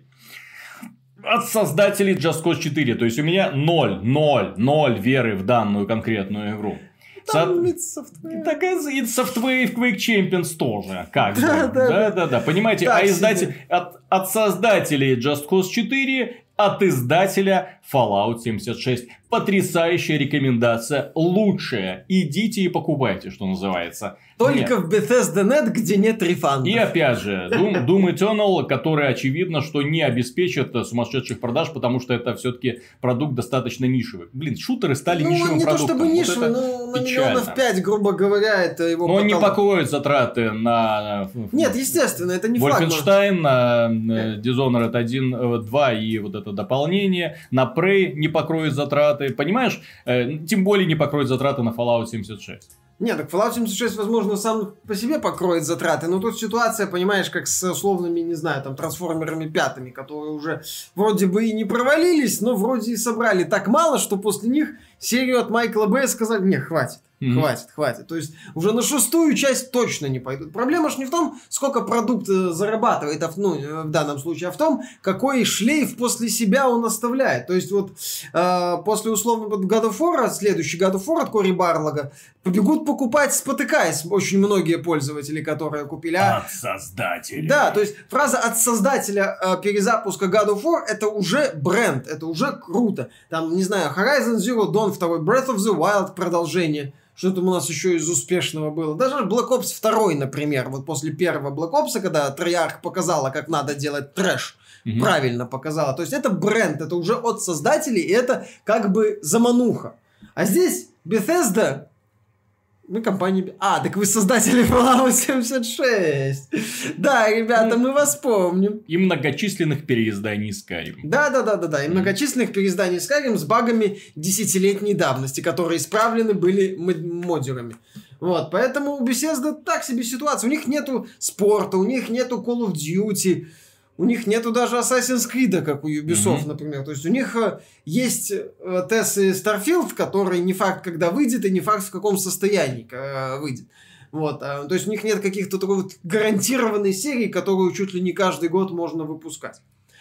От создателей Just Cause четыре. То есть у меня ноль, ноль, ноль веры в данную конкретную игру. Там Со... id Software. Так и id Software в Quake Champions тоже. Как Да, бы. да, Да, да, да. Понимаете, Так а издатель... себе. от, от создателей Just Cause четыре, от издателя Fallout семьдесят шесть. Потрясающая рекомендация. Лучшая. Идите и покупайте, что называется. Только Нет. в Bethesda точка нет, где нет рефандов. И опять же, Doom, Doom Eternal, который очевидно, что не обеспечит э, сумасшедших продаж, потому что это все-таки продукт достаточно нишевый. Блин, шутеры стали Ну, нишевым не то продуктом. чтобы Вот нишевый, это но на печально. миллионов пять, грубо говоря, это его Но он не потолок. покроет затраты на... Нет, естественно, это не флагман. Wolfenstein, на э, Dishonored один, э, два и вот это дополнение, на Prey не покроет затраты, понимаешь? Э, тем более не покроет затраты на Fallout семьдесят шесть. Нет, так Fallout семьдесят шесть, возможно, сам по себе покроет затраты, но тут ситуация, понимаешь, как с условными, не знаю, там, трансформерами пятыми, которые уже вроде бы и не провалились, но вроде и собрали так мало, что после них серию от Майкла Бэя сказали: не, хватит. Мгм. Хватит, хватит. То есть уже на шестую часть точно не пойдут. Проблема ж не в том, сколько продукт э, зарабатывает, а в, ну, э, в данном случае, а в том, какой шлейф после себя он оставляет. То есть вот э, после условного God of War, следующий God of War от Кори Барлога, побегут покупать, спотыкаясь, очень многие пользователи, которые купили. А, От создателя. да, то есть фраза от создателя э, перезапуска God of War — это уже бренд, это уже круто. Там, не знаю, Horizon Zero Dawn два, Breath of the Wild продолжение. Что там у нас еще из успешного было? Даже Black Ops два, например. Вот после первого Black Ops, когда Treyarch показала, как надо делать трэш, Мгм. правильно показала. То есть это бренд, это уже от создателей, и это как бы замануха. А здесь Bethesda... Мы компания... А, так вы создатели Fallout семьдесят шесть. Да, ребята, мы вас помним. И многочисленных переизданий Skyrim. Да, да, да, да, да. И многочисленных переизданий Skyrim с багами десятилетней давности, которые исправлены были м- модерами. Вот, поэтому у Bethesda так себе ситуация. У них нету спорта, у них нету Call of Duty, у них нету даже Assassin's Creed, как у Ubisoft, Мгм. например. То есть у них э, есть э, Тесс и Starfield, который не факт, когда выйдет, и не факт, в каком состоянии э, выйдет. Вот, а, то есть у них нет каких-то такой вот гарантированной серии, которую чуть ли не каждый год можно выпускать.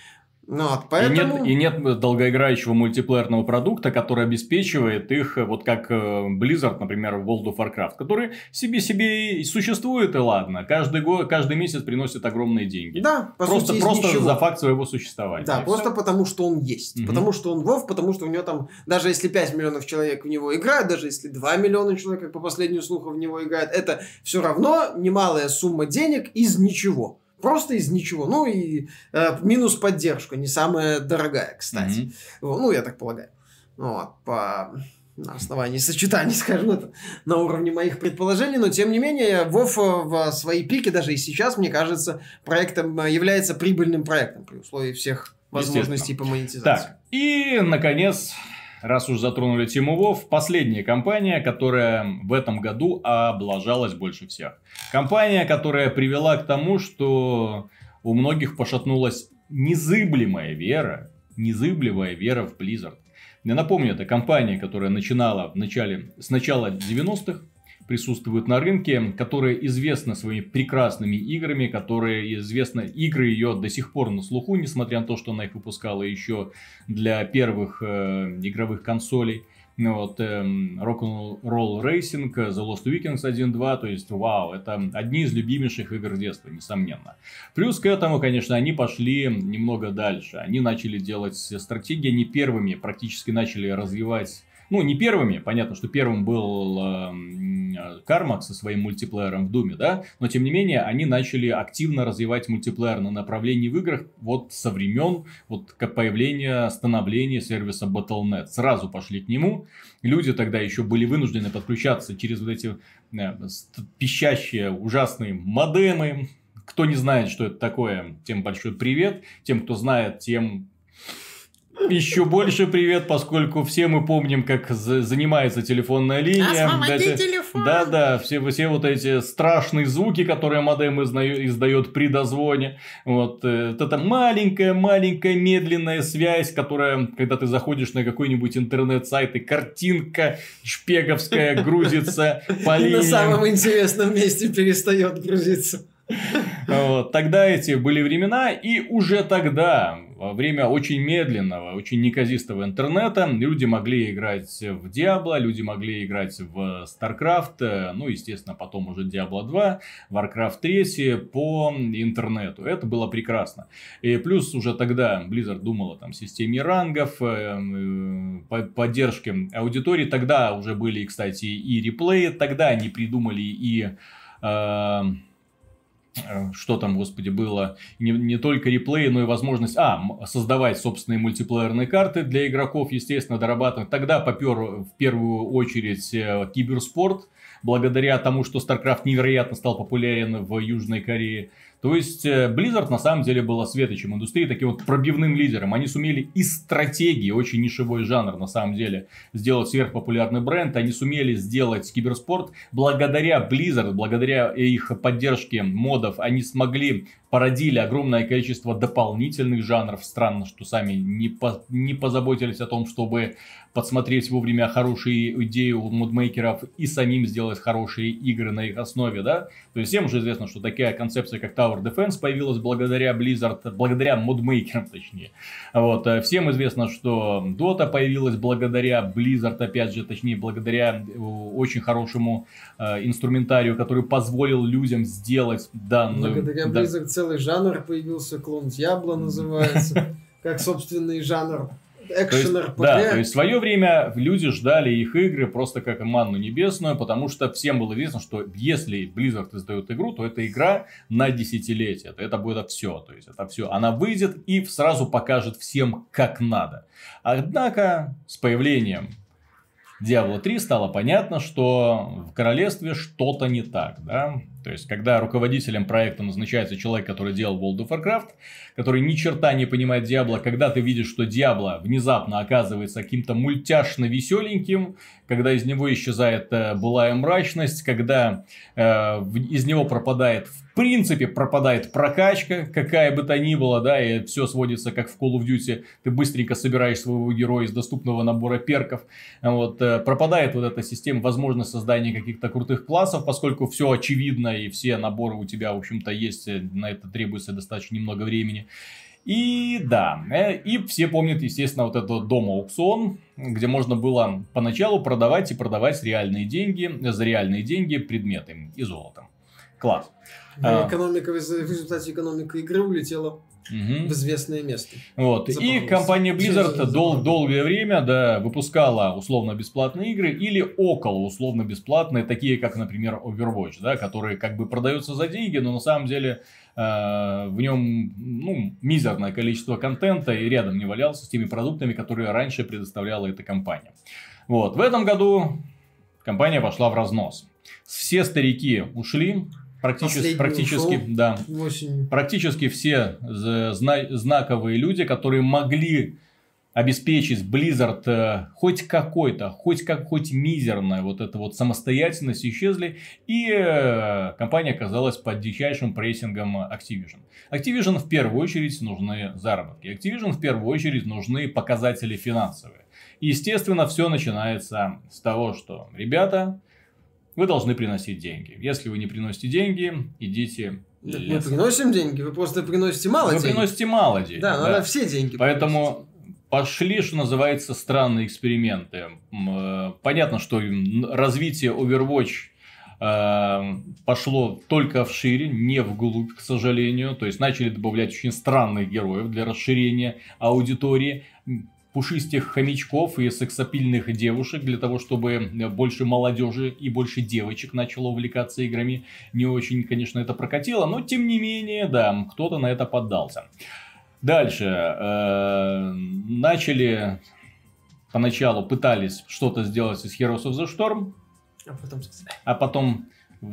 Ну, вот, поэтому... И, нет, и нет долгоиграющего мультиплеерного продукта, который обеспечивает их, вот как э, Blizzard, например, в World of Warcraft, который себе-себе и существует, и ладно. Каждый год, каждый месяц приносит огромные деньги. Да, по просто сути, из просто ничего. за факт своего существования. Да, И просто всё. потому, что он есть. Мгм. Потому что он Вов, потому что у него там, даже если пять миллионов человек в него играют, даже если два миллиона человек, как по последним слухам, в него играют, это все равно немалая сумма денег из ничего. Просто из ничего. Ну и э, минус поддержка, не самая дорогая, кстати. Мгм. Вот, ну, я так полагаю. Вот, по на основании сочетаний, скажем, это на уровне моих предположений, но тем не менее, Вов в свои пики, даже и сейчас, мне кажется, проектом э, является прибыльным проектом при условии всех возможностей по монетизации. Так, и, наконец, раз уж затронули тему WoW, последняя компания, которая в этом году облажалась больше всех. Компания, которая привела к тому, что у многих пошатнулась незыблемая вера, незыблемая вера в Blizzard. Я напомню, это компания, которая начинала в начале, с начала девяностых, присутствует на рынке, которая известна своими прекрасными играми, которые известны, игры ее до сих пор на слуху, несмотря на то, что она их выпускала еще для первых э, игровых консолей. вот, эм, Rock'n'Roll Racing, The Lost Vikings один-два, то есть, вау, это одни из любимейших игр детства, несомненно. Плюс к этому, конечно, они пошли немного дальше, они начали делать стратегии, они первыми практически начали развивать. Ну, не первыми, понятно, что первым был э, Кармак со своим мультиплеером в Думе, да, но тем не менее они начали активно развивать мультиплеерное направление в играх вот со времен вот появления, становления сервиса батл точка нет. Сразу пошли к нему, люди тогда еще были вынуждены подключаться через вот эти э, пищащие ужасные модемы. Кто не знает, что это такое, тем большой привет, тем, кто знает, тем... Еще больше привет, поскольку все мы помним, как занимается телефонная линия. Освободи телефон! Да-да, все, все вот эти страшные звуки, которые модем издает при дозвоне. Вот, вот это маленькая-маленькая медленная связь, которая, когда ты заходишь на какой-нибудь интернет-сайт, и картинка шпеговская грузится по линиям. На самом интересном месте перестает грузиться. Вот, тогда эти были времена, и уже тогда, во время очень медленного, очень неказистого интернета, люди могли играть в Diablo, люди могли играть в StarCraft, ну, естественно, потом уже Diablo два, Warcraft три по интернету. Это было прекрасно. И плюс уже тогда Blizzard думала там, о системе рангов, поддержке аудитории. Тогда уже были, кстати, и реплеи, тогда они придумали и... что там, господи, было, не, не только реплей, но и возможность, а, создавать собственные мультиплеерные карты для игроков, естественно, дорабатывать. Тогда попер в первую очередь киберспорт, благодаря тому, что StarCraft невероятно стал популярен в Южной Корее. То есть, Blizzard на самом деле была светочем индустрии, таким вот пробивным лидером. Они сумели из стратегии, очень нишевой жанр на самом деле, сделать сверхпопулярный бренд. Они сумели сделать киберспорт. Благодаря Blizzard, благодаря их поддержке модов, они смогли, породили огромное количество дополнительных жанров. Странно, что сами не, по, не позаботились о том, чтобы подсмотреть вовремя хорошие идеи у модмейкеров и самим сделать хорошие игры на их основе, да. То есть, всем уже известно, что такая концепция, как Tower Defense, появилась благодаря Blizzard, благодаря модмейкерам, точнее. Вот. Всем известно, что Dota появилась благодаря Blizzard, опять же, точнее, благодаря очень хорошему э, инструментарию, который позволил людям сделать данную... Благодаря Blizzard целый жанр появился, клон Diablo называется, как собственный жанр. Экшен-эр пи джи. Да, то есть в свое время люди ждали их игры просто как манну небесную, потому что всем было известно, что если Blizzard издает игру, то это игра на десятилетие. Это будет все. То есть это все. Она выйдет и сразу покажет всем, как надо. Однако с появлением Diablo три стало понятно, что в королевстве что-то не так, да. То есть, когда руководителем проекта назначается человек, который делал World of Warcraft, который ни черта не понимает Diablo, когда ты видишь, что Diablo внезапно оказывается каким-то мультяшно-веселеньким, когда из него исчезает э, былая мрачность, когда э, в, из него пропадает, в принципе, пропадает прокачка, какая бы то ни была, да, и все сводится как в Call of Duty, ты быстренько собираешь своего героя из доступного набора перков, вот, э, пропадает вот эта система, возможность создания каких-то крутых классов, поскольку все очевидно, и все наборы у тебя, в общем-то, есть, на это требуется достаточно немного времени. И да, и все помнят, естественно, вот этот дом-аукцион, где можно было поначалу продавать и продавать реальные деньги, за реальные деньги предметы и золотом. Класс. Экономика, в результате экономика игры улетела угу. в известное место. Вот. И компания Blizzard дол- долгое время да, выпускала условно-бесплатные игры или около условно-бесплатные, такие как, например, Overwatch, да, которые как бы продаются за деньги, но на самом деле э, в нем ну, мизерное количество контента и рядом не валялся с теми продуктами, которые раньше предоставляла эта компания. Вот. В этом году компания пошла в разнос. Все старики ушли. Практически, практически, да, практически все зна- знаковые люди, которые могли обеспечить Blizzard э, хоть какой-то, хоть как хоть мизерная вот эта вот самостоятельность, исчезли, и э, компания оказалась под дичайшим прессингом Activision. Activision в первую очередь нужны заработки, Activision в первую очередь нужны показатели финансовые. И, естественно, все начинается с того, что, ребята, вы должны приносить деньги. Если вы не приносите деньги, идите лесом. Мы приносим деньги, вы просто приносите мало вы денег. Вы приносите мало денег. Да, да. надо все деньги Поэтому приносить. пошли, что называется, странные эксперименты. Понятно, что развитие Overwatch пошло только вширь, не вглубь, к сожалению. То есть начали добавлять очень странных героев для расширения аудитории. Пушистых хомячков и сексапильных девушек для того, чтобы больше молодежи и больше девочек начало увлекаться играми. Не очень, конечно, это прокатило, но тем не менее, да, кто-то на это поддался. Дальше. Э, начали, поначалу пытались что-то сделать из Heroes of the Storm. А потом, а потом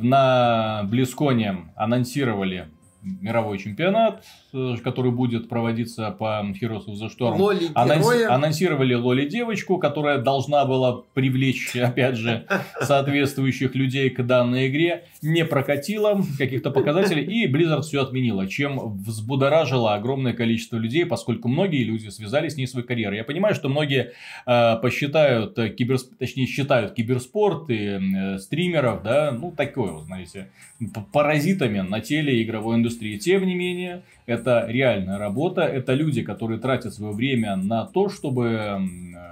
на BlizzCon'е анонсировали мировой чемпионат, который будет проводиться по Heroes of the Storm. Лоли Анонси- анонсировали Лоли девочку, которая должна была привлечь, опять же, соответствующих людей к данной игре. Не прокатила каких-то показателей, и Blizzard все отменила, чем взбудоражило огромное количество людей, поскольку многие люди связали с ней свои карьеры. Я понимаю, что многие э, посчитают, кибер... точнее, считают киберспорт и э, стримеров, да, ну, такое, вот, знаете, паразитами на теле игровой индустрии. Тем не менее, это реальная работа, это люди, которые тратят свое время на то, чтобы э,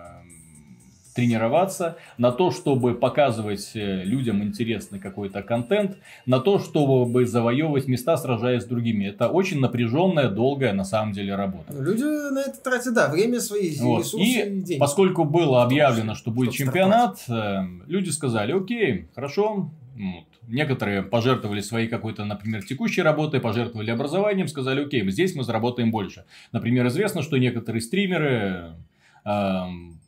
тренироваться, на то, чтобы показывать людям интересный какой-то контент, на то, чтобы завоевывать места, сражаясь с другими. Это очень напряженная, долгая на самом деле работа. Люди на это тратят, да, время, свои вот. ресурсы и, и деньги. Поскольку было объявлено, что будет Чтобы чемпионат, стартовать. Люди сказали, окей, хорошо. Вот. Некоторые пожертвовали своей какой-то, например, текущей работой, пожертвовали образованием, сказали, окей, здесь мы заработаем больше. Например, известно, что некоторые стримеры э,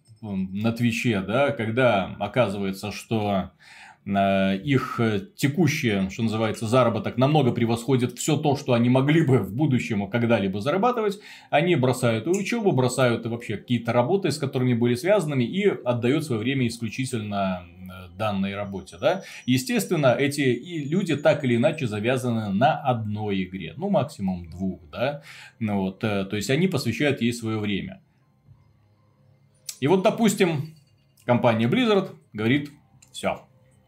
на Твиче, да, когда оказывается, что э, их текущий, что называется, заработок намного превосходит все то, что они могли бы в будущем когда-либо зарабатывать, они бросают и учебу, бросают и вообще какие-то работы, с которыми были связаны, и отдают свое время исключительно данной работе, да. Естественно, эти и люди так или иначе завязаны на одной игре, ну, максимум двух, да. Ну, вот, то есть, они посвящают ей свое время. И вот, допустим, компания Blizzard говорит, все,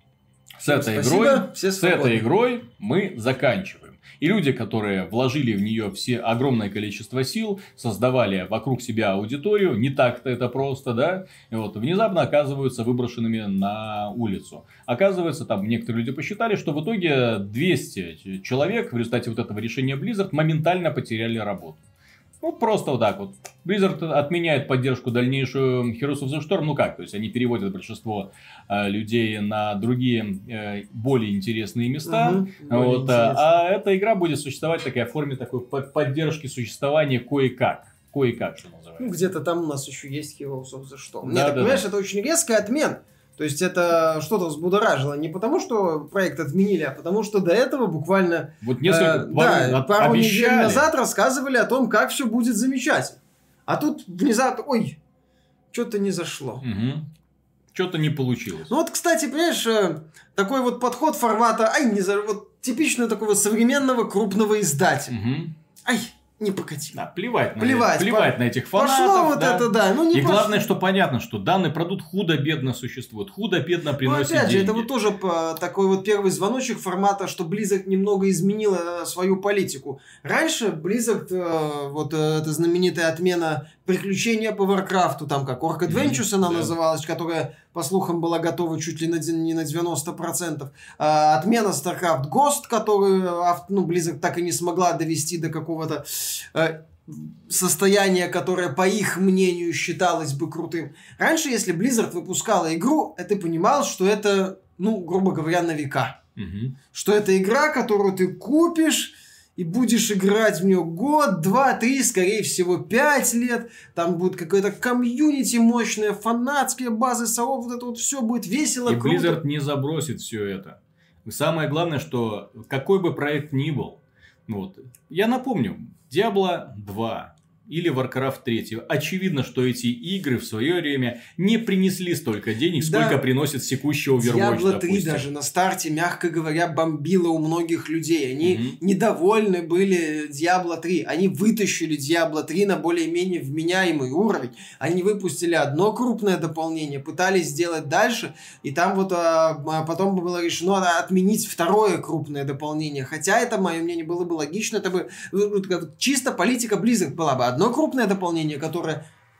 с этой игрой, с этой игрой мы заканчиваем. И люди, которые вложили в нее все огромное количество сил, создавали вокруг себя аудиторию, не так-то это просто, да, и вот внезапно оказываются выброшенными на улицу. Оказывается, там некоторые люди посчитали, что в итоге двести человек в результате вот этого решения Blizzard моментально потеряли работу. Ну, просто вот так вот. Blizzard отменяет поддержку дальнейшую Heroes of the Storm. Ну как, то есть они переводят большинство э, людей на другие, э, более интересные места. Угу, вот, а, а эта игра будет существовать такая, в форме такой поддержки существования кое-как. Кое-как, что называется. Ну, где-то там у нас еще есть Heroes of the Storm. Да, Нет, да, понимаешь, да. это очень резкая отмена. То есть это что-то взбудоражило не потому, что проект отменили, а потому что до этого буквально вот несколько э, да, от, пару обещали. недель назад рассказывали о том, как все будет замечательно. А тут внезапно, ой, что-то не зашло. Угу. Что-то не получилось. Ну вот, кстати, понимаешь, такой вот подход формата, ай, не за... вот типичного такого современного крупного издателя. Угу. Ай, не покатило. Да, плевать, плевать, на, плевать по... на этих фанатов. Пошло вот да. это, да. Ну, не и пошло. главное, что понятно, что данный продукт худо-бедно существует. Худо-бедно приносит ну, опять деньги. же, это вот тоже такой вот первый звоночек формата, что Blizzard немного изменила свою политику. Раньше Blizzard, вот эта знаменитая отмена приключения по Warcraft'у, там как Orc Adventures mm-hmm, она да. называлась, которая, по слухам, была готова чуть ли не на девяносто процентов. А, отмена StarCraft Ghost, которую ну, Blizzard так и не смогла довести до какого-то э, состояние, которое, по их мнению, считалось бы крутым. Раньше, если Blizzard выпускала игру, ты понимал, что это, ну, грубо говоря, на века. Угу. Что это игра, которую ты купишь и будешь играть в нее год, два, три, скорее всего, пять лет. Там будет какое-то комьюнити мощное, фанатские базы, сообщества, вот это вот все будет весело, и круто. Blizzard не забросит все это. Самое главное, что какой бы проект ни был, вот, я напомню, Диабло два или Warcraft три. Очевидно, что эти игры в свое время не принесли столько денег, сколько да. приносит секущий Overwatch. Диабло три даже на старте, мягко говоря, бомбило у многих людей. Они mm-hmm. недовольны были Диабло три. Они вытащили Диабло три на более-менее вменяемый уровень. Они выпустили одно крупное дополнение, пытались сделать дальше, и там вот а, потом было решено отменить второе крупное дополнение. Хотя это, мое мнение, было бы логично. Это бы чисто политика Blizzard была бы. Одно крупное дополнение, которое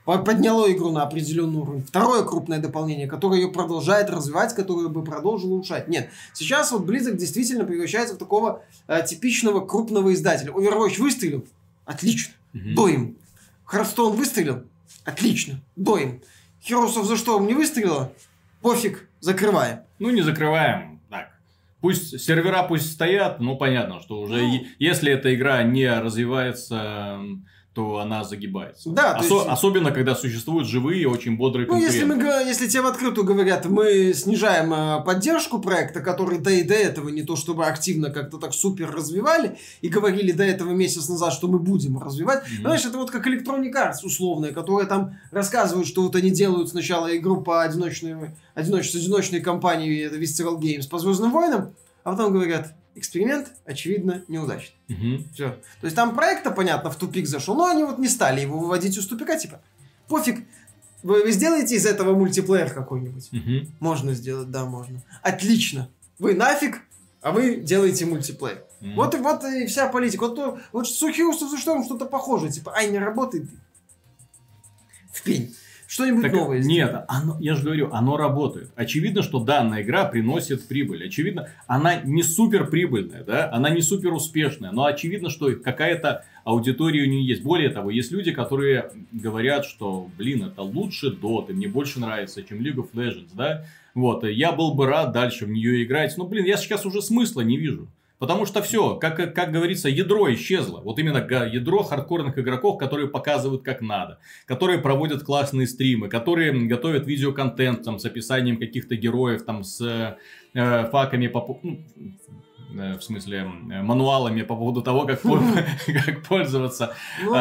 подняло игру на определенный уровень. Второе крупное дополнение, которое ее продолжает развивать, которое бы продолжило улучшать. Нет, сейчас вот Blizzard действительно превращается в такого э, типичного крупного издателя. Overwatch выстрелил? Отлично. Mm-hmm. Доим. Hearthstone выстрелил? Отлично. Доим. Heroes of the Storm не выстрелила? Пофиг. Закрываем. Ну, не закрываем. Так. Пусть сервера пусть стоят, но понятно, что уже ну... е- если эта игра не развивается... то она загибается. Да, Осо- есть... Особенно, когда существуют живые, очень бодрые ну, конкуренты. Если, мы, если тебе в открытую говорят, мы снижаем э, поддержку проекта, который да и до этого не то чтобы активно как-то так супер развивали, и говорили до этого месяц назад, что мы будем развивать. Mm-hmm. Знаешь, это вот как Electronic Arts условная, которая там рассказывают, что вот они делают сначала игру по одиночной, одиноч, одиночной компании Visceral Games по Звездным войнам, а потом говорят... Эксперимент, очевидно, неудачный. Угу. Все. То есть там проект-то, понятно, в тупик зашел, но они вот не стали его выводить из тупика, типа, пофиг, вы, вы сделаете из этого мультиплеер какой-нибудь? Угу. Можно сделать, да, можно. Отлично. Вы нафиг, а вы делаете мультиплеер. Угу. Вот, и, вот и вся политика. Вот, вот с Heroes of the Storm что-то похожее, типа, ай, не работает. В пень. Что-нибудь так, новое нет, сделать. оно, я же говорю, оно работает. Очевидно, что данная игра приносит прибыль. Очевидно, она не супер прибыльная, да? Она не супер успешная, но очевидно, что какая-то аудитория у нее есть. Более того, есть люди, которые говорят, что, блин, это лучше Dota, мне больше нравится, чем League of Legends, да? Вот, я был бы рад дальше в нее играть. Но, блин, я сейчас уже смысла не вижу. Потому что все, как, как, как говорится, ядро исчезло. Вот именно ядро хардкорных игроков, которые показывают как надо. Которые проводят классные стримы. Которые готовят видеоконтент там, с описанием каких-то героев. Там, с э, факами по... Ну, в смысле, мануалами по поводу того, как, как пользоваться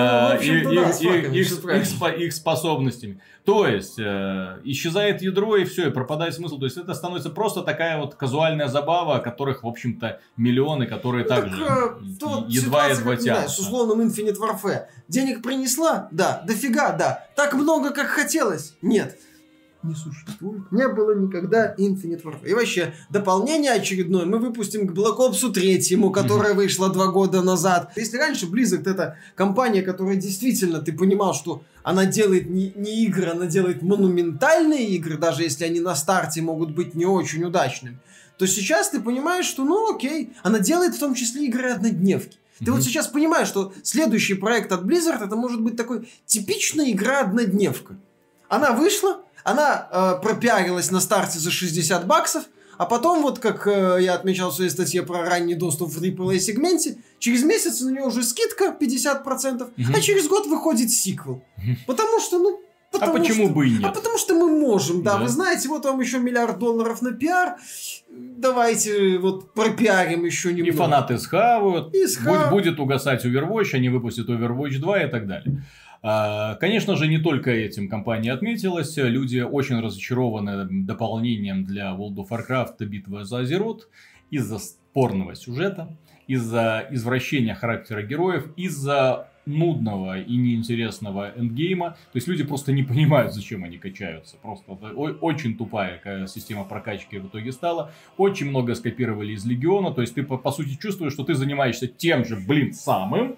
их способностями. То есть, исчезает ядро и все, и пропадает смысл. То есть, это становится просто такая вот казуальная забава, которых, в общем-то, миллионы, которые также едва-едва тянут. С условным Infinite Warfare. Денег принесла? Да. Дофига? Да. Так много, как хотелось? Нет. Не существует. Не было никогда Infinite Warfare. И вообще, дополнение очередное мы выпустим к Black Ops три, которая mm-hmm. вышла два года назад. Если раньше Blizzard это компания, которая действительно, ты понимал, что она делает не, не игры, она делает монументальные игры, даже если они на старте могут быть не очень удачными, то сейчас ты понимаешь, что ну окей, она делает в том числе игры-однодневки. Ты mm-hmm. вот сейчас понимаешь, что следующий проект от Blizzard это может быть такой типичная игра-однодневка. Она вышла, она э, пропиарилась на старте за шестьдесят баксов, а потом, вот как э, я отмечал в своей статье про ранний доступ в три эй сегменте, через месяц на нее уже скидка пятьдесят процентов, mm-hmm. а через год выходит сиквел. Mm-hmm. Потому что, ну... Потому а почему что, бы и нет? А потому что мы можем, да. да. Вы знаете, вот вам еще миллиард долларов на пиар, давайте вот пропиарим еще немного. И фанаты схавают, и схав... будет угасать Overwatch, они выпустят Overwatch два и так далее. Конечно же, не только этим компания отметилась. Люди очень разочарованы дополнением для World of Warcraft «Битва за Азерот» из-за спорного сюжета, из-за извращения характера героев, из-за нудного и неинтересного эндгейма. То есть люди просто не понимают, зачем они качаются. Просто очень тупая система прокачки в итоге стала. Очень много скопировали из Легиона. То есть ты по, по сути чувствуешь, что ты занимаешься тем же, блин, самым.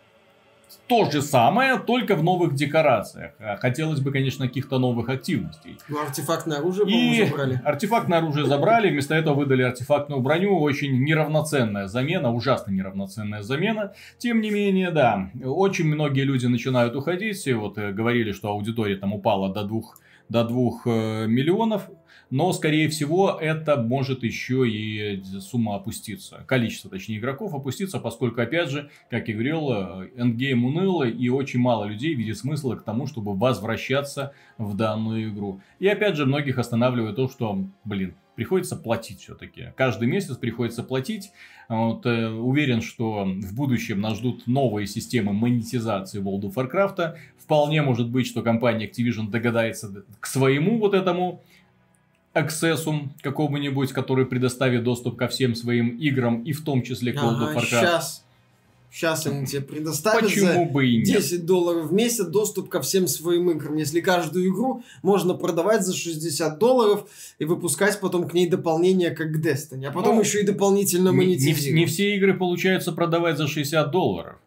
То же самое, только в новых декорациях. Хотелось бы, конечно, каких-то новых активностей. Ну, артефактное оружие, по-моему, забрали. Артефактное оружие забрали, вместо этого выдали артефактную броню. Очень неравноценная замена, ужасно неравноценная замена. Тем не менее, да, очень многие люди начинают уходить. Вот говорили, что аудитория там упала до двух, до двух миллионов. Но, скорее всего, это может еще и сумма опуститься. Количество, точнее, игроков опуститься, поскольку, опять же, как я говорил, эндгейм уныло, и очень мало людей видит смысла к тому, чтобы возвращаться в данную игру. И, опять же, многих останавливает то, что, блин, приходится платить все-таки. Каждый месяц приходится платить. Вот, э, уверен, что в будущем нас ждут новые системы монетизации World of Warcraft. Вполне может быть, что компания Activision догадается к своему вот этому аксессум какому-нибудь, который предоставит доступ ко всем своим играм, и в том числе к World of ага, Warcraft. Сейчас. Сейчас они тебе предоставят Почему за бы и нет? десять долларов в месяц доступ ко всем своим играм. Если каждую игру можно продавать за шестьдесят долларов и выпускать потом к ней дополнение, как к Destiny. А потом ну, еще и дополнительно монетизировать. Не, не, не все игры получается продавать за шестьдесят долларов.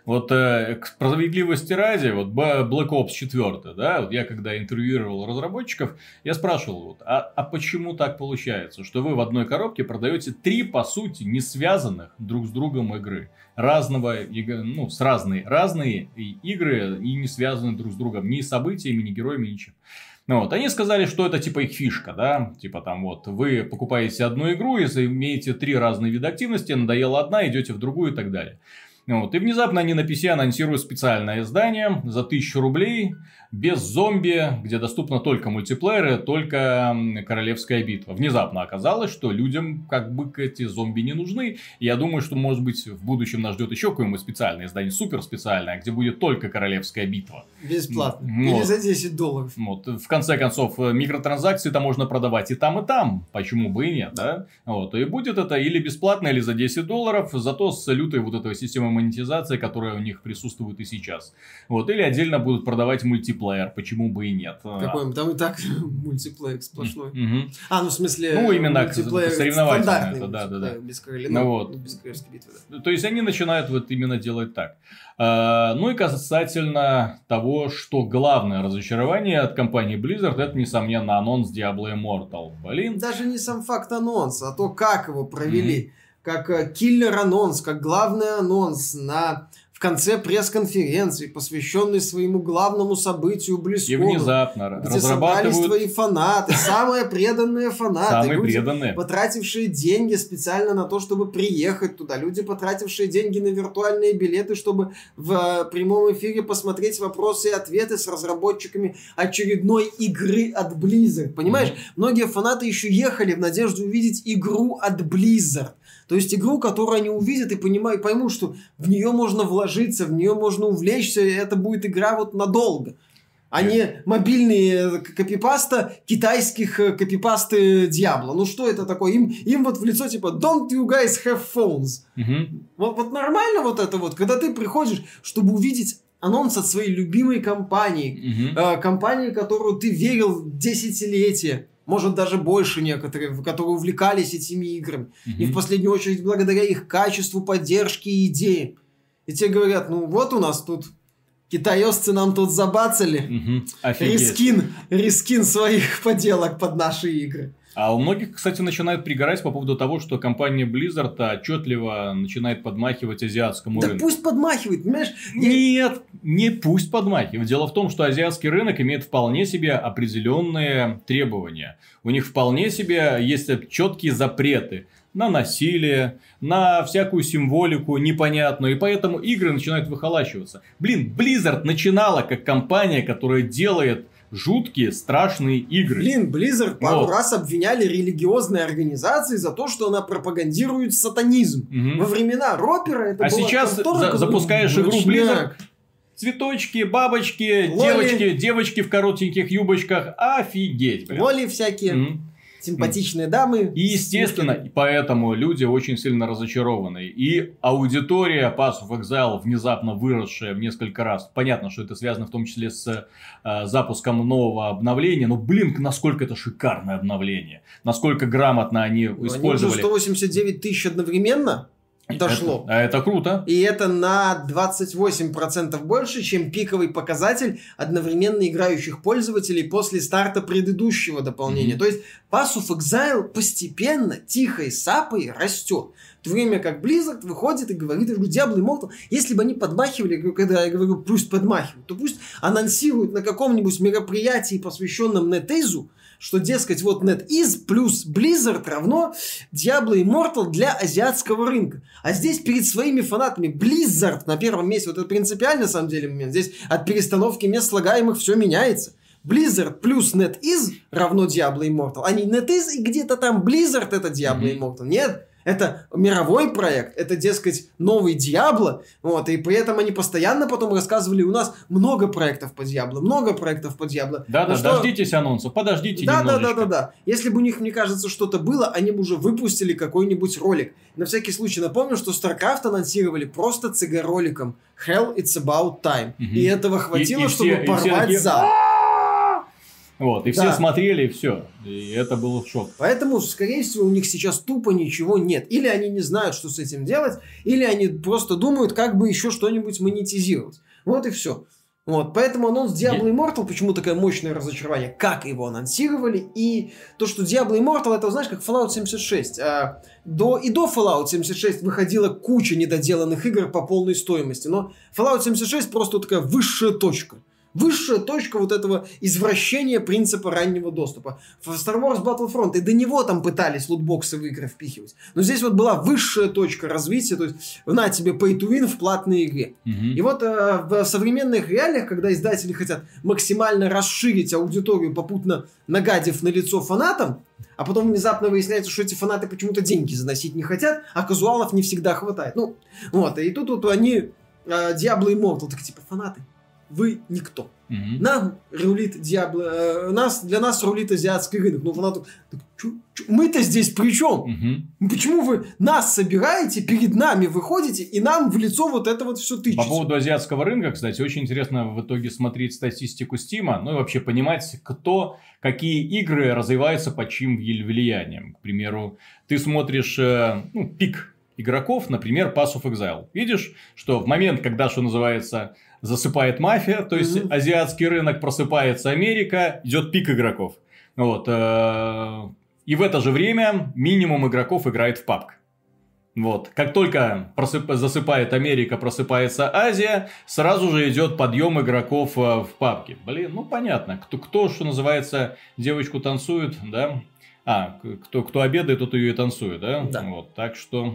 Вот э, к справедливости ради, вот Black Ops четыре, да, вот я когда интервьюировал разработчиков, я спрашивал, вот, а, а почему так получается, что вы в одной коробке продаете три, по сути, не связанных друг с другом игры? Разного, ну, с разные, разные игры и не связаны друг с другом, ни событиями, ни героями, ничем. Ну, вот, они сказали, что это типа их фишка, да, типа там вот, вы покупаете одну игру, если имеете три разные вида активности, надоела одна, идете в другую и так далее. Вот. И внезапно они на пи си анонсируют специальное издание за тысячу рублей, без зомби, где доступно только мультиплеер и только королевская битва. Внезапно оказалось, что людям как бы эти зомби не нужны. И я думаю, что может быть в будущем нас ждет еще какое-нибудь специальное издание, супер специальное, где будет только королевская битва. Бесплатно. Вот. Или за десять долларов. Вот. В конце концов, микротранзакции-то можно продавать и там, и там. Почему бы и нет, да? Вот. И будет это или бесплатно, или за десять долларов, зато с лютой вот этой системой монетизации, которая у них присутствует и сейчас. Вот. Или отдельно будут продавать мультиплеер. Почему бы и нет? Какой? Там и так мультиплеер сплошной. Mm-hmm. А, ну в смысле... Ну, именно соревновательный. Это, да, да, да. Без королевской ну, вот. битвы, да. То есть, они начинают вот именно делать так. А, ну, и касательно того, что главное разочарование от компании Blizzard, это, несомненно, анонс Diablo Immortal. Блин. Даже не сам факт анонса, а то, как его провели. Mm-hmm. Как киллер-анонс, как главный анонс на... в конце пресс-конференции, посвященной своему главному событию BlizzCon. И внезапно где разрабатывают... собрались твои фанаты, самые преданные фанаты. Самые люди, преданные. Потратившие деньги специально на то, чтобы приехать туда. Люди, потратившие деньги на виртуальные билеты, чтобы в прямом эфире посмотреть вопросы и ответы с разработчиками очередной игры от Blizzard. Понимаешь? Mm-hmm. Многие фанаты еще ехали в надежде увидеть игру от Blizzard. То есть игру, которую они увидят и понимают, поймут, что в нее можно вложиться, в нее можно увлечься, и это будет игра вот надолго. А не мобильные копипаста китайских копипасты Diablo. Ну что это такое? Им, им вот в лицо типа «Don't you guys have phones?» Mm-hmm. вот, вот нормально вот это вот, когда ты приходишь, чтобы увидеть анонс от своей любимой компании, mm-hmm. э, компании, в которую ты верил десятилетия. Может, даже больше некоторые, которые увлекались этими играми. Mm-hmm. И в последнюю очередь благодаря их качеству, поддержке и идеям. И тебе говорят, ну вот у нас тут китаёзцы нам тут забацали. Mm-hmm. Рискин, рискин своих поделок под наши игры. А у многих, кстати, начинают пригорать по поводу того, что компания Blizzard отчетливо начинает подмахивать азиатскому да рынку. Да пусть подмахивает, понимаешь? Нет, не пусть подмахивает. Дело в том, что азиатский рынок имеет вполне себе определенные требования. У них вполне себе есть четкие запреты на насилие, на всякую символику непонятную. И поэтому игры начинают выхолачиваться. Блин, Blizzard начинала как компания, которая делает... жуткие, страшные игры. Блин, Blizzard пару вот. раз обвиняли религиозные организации за то, что она пропагандирует сатанизм. Угу. Во времена Ропера это а было... А сейчас за- запускаешь игру Blizzard, цветочки, бабочки, Лоли. девочки, девочки в коротеньких юбочках. Офигеть, блин. Лоли всякие. Угу. Симпатичные дамы. И, естественно, и поэтому люди очень сильно разочарованы. И аудитория Pass of Exile, внезапно выросшая в несколько раз. Понятно, что это связано в том числе с э, запуском нового обновления. Но, блин, насколько это шикарное обновление. Насколько грамотно они ну, использовали. Они уже сто восемьдесят девять тысяч одновременно дошло. Это, это круто. И это на двадцать восемь процентов больше, чем пиковый показатель одновременно играющих пользователей после старта предыдущего дополнения. Mm-hmm. То есть Pass of Exile постепенно, тихой сапой растет. В то время как Blizzard выходит и говорит, я говорю, Diablo Immortal, если бы они подмахивали, когда я говорю, пусть подмахивают, то пусть анонсируют на каком-нибудь мероприятии, посвященном NetEase, что, дескать, вот NetEase плюс Blizzard равно Diablo Immortal для азиатского рынка. А здесь перед своими фанатами Blizzard на первом месте. Вот это принципиальный, на самом деле, момент. Здесь от перестановки мест слагаемых все меняется. Blizzard плюс NetEase равно Diablo Immortal. А не NetEase и где-то там Blizzard это Diablo mm-hmm. Immortal. Нет. Это мировой проект, это, дескать, новый Диабло, вот, и при этом они постоянно потом рассказывали, у нас много проектов по Диабло, много проектов по Диабло. Да-да, что... дождитесь анонсов, подождите да, немножечко. Да-да-да-да. Если бы у них, мне кажется, что-то было, они бы уже выпустили какой-нибудь ролик. На всякий случай напомню, что StarCraft анонсировали просто си джи-роликом. Hell, it's about time. Угу. И этого хватило, и, и чтобы все, порвать все зал. Вот, и Да. все смотрели, и все. И это было шок. Поэтому, скорее всего, у них сейчас тупо ничего нет. Или они не знают, что с этим делать, или они просто думают, как бы еще что-нибудь монетизировать. Вот и все. Вот, поэтому анонс Diablo Immortal, почему такое мощное разочарование, как его анонсировали, и то, что Diablo Immortal, это, знаешь, как Fallout семьдесят шесть. А, до, и до Fallout семьдесят шесть выходила куча недоделанных игр по полной стоимости, но Fallout семьдесят шесть просто такая высшая точка. Высшая точка вот этого извращения принципа раннего доступа. В Star Wars Battlefront и до него там пытались лутбоксы в игры впихивать. Но здесь вот была высшая точка развития, то есть на тебе pay to win в платной игре. Угу. И вот э, в современных реалиях, когда издатели хотят максимально расширить аудиторию, попутно нагадив на лицо фанатам, а потом внезапно выясняется, что эти фанаты почему-то деньги заносить не хотят, а казуалов не всегда хватает. Ну, вот, и тут вот они, э, Diablo Immortal, так типа фанаты. Вы никто. Угу. Нам рулит Диабло, э, нас, для нас рулит азиатский рынок. Ну, фанату, так чё, чё, мы-то здесь при чем? Угу. Почему вы нас собираете, перед нами выходите и нам в лицо вот это вот все тычете? По поводу азиатского рынка, кстати, очень интересно в итоге смотреть статистику Стима, ну и вообще понимать, кто, какие игры развиваются под чьим влиянием. К примеру, ты смотришь, э, ну, пик игроков, например, Pass of Exile. Видишь, что в момент, когда, что называется, засыпает мафия, то есть mm-hmm. азиатский рынок, просыпается Америка, идет пик игроков. Вот. И в это же время минимум игроков играет в пабг. Вот. Как только просып... засыпает Америка, просыпается Азия, сразу же идет подъем игроков в пабге. Блин, ну понятно. Кто, кто, что называется, девочку танцует, да? А, кто, кто обедает, тот ее и танцует, да? Да. Вот. Так что...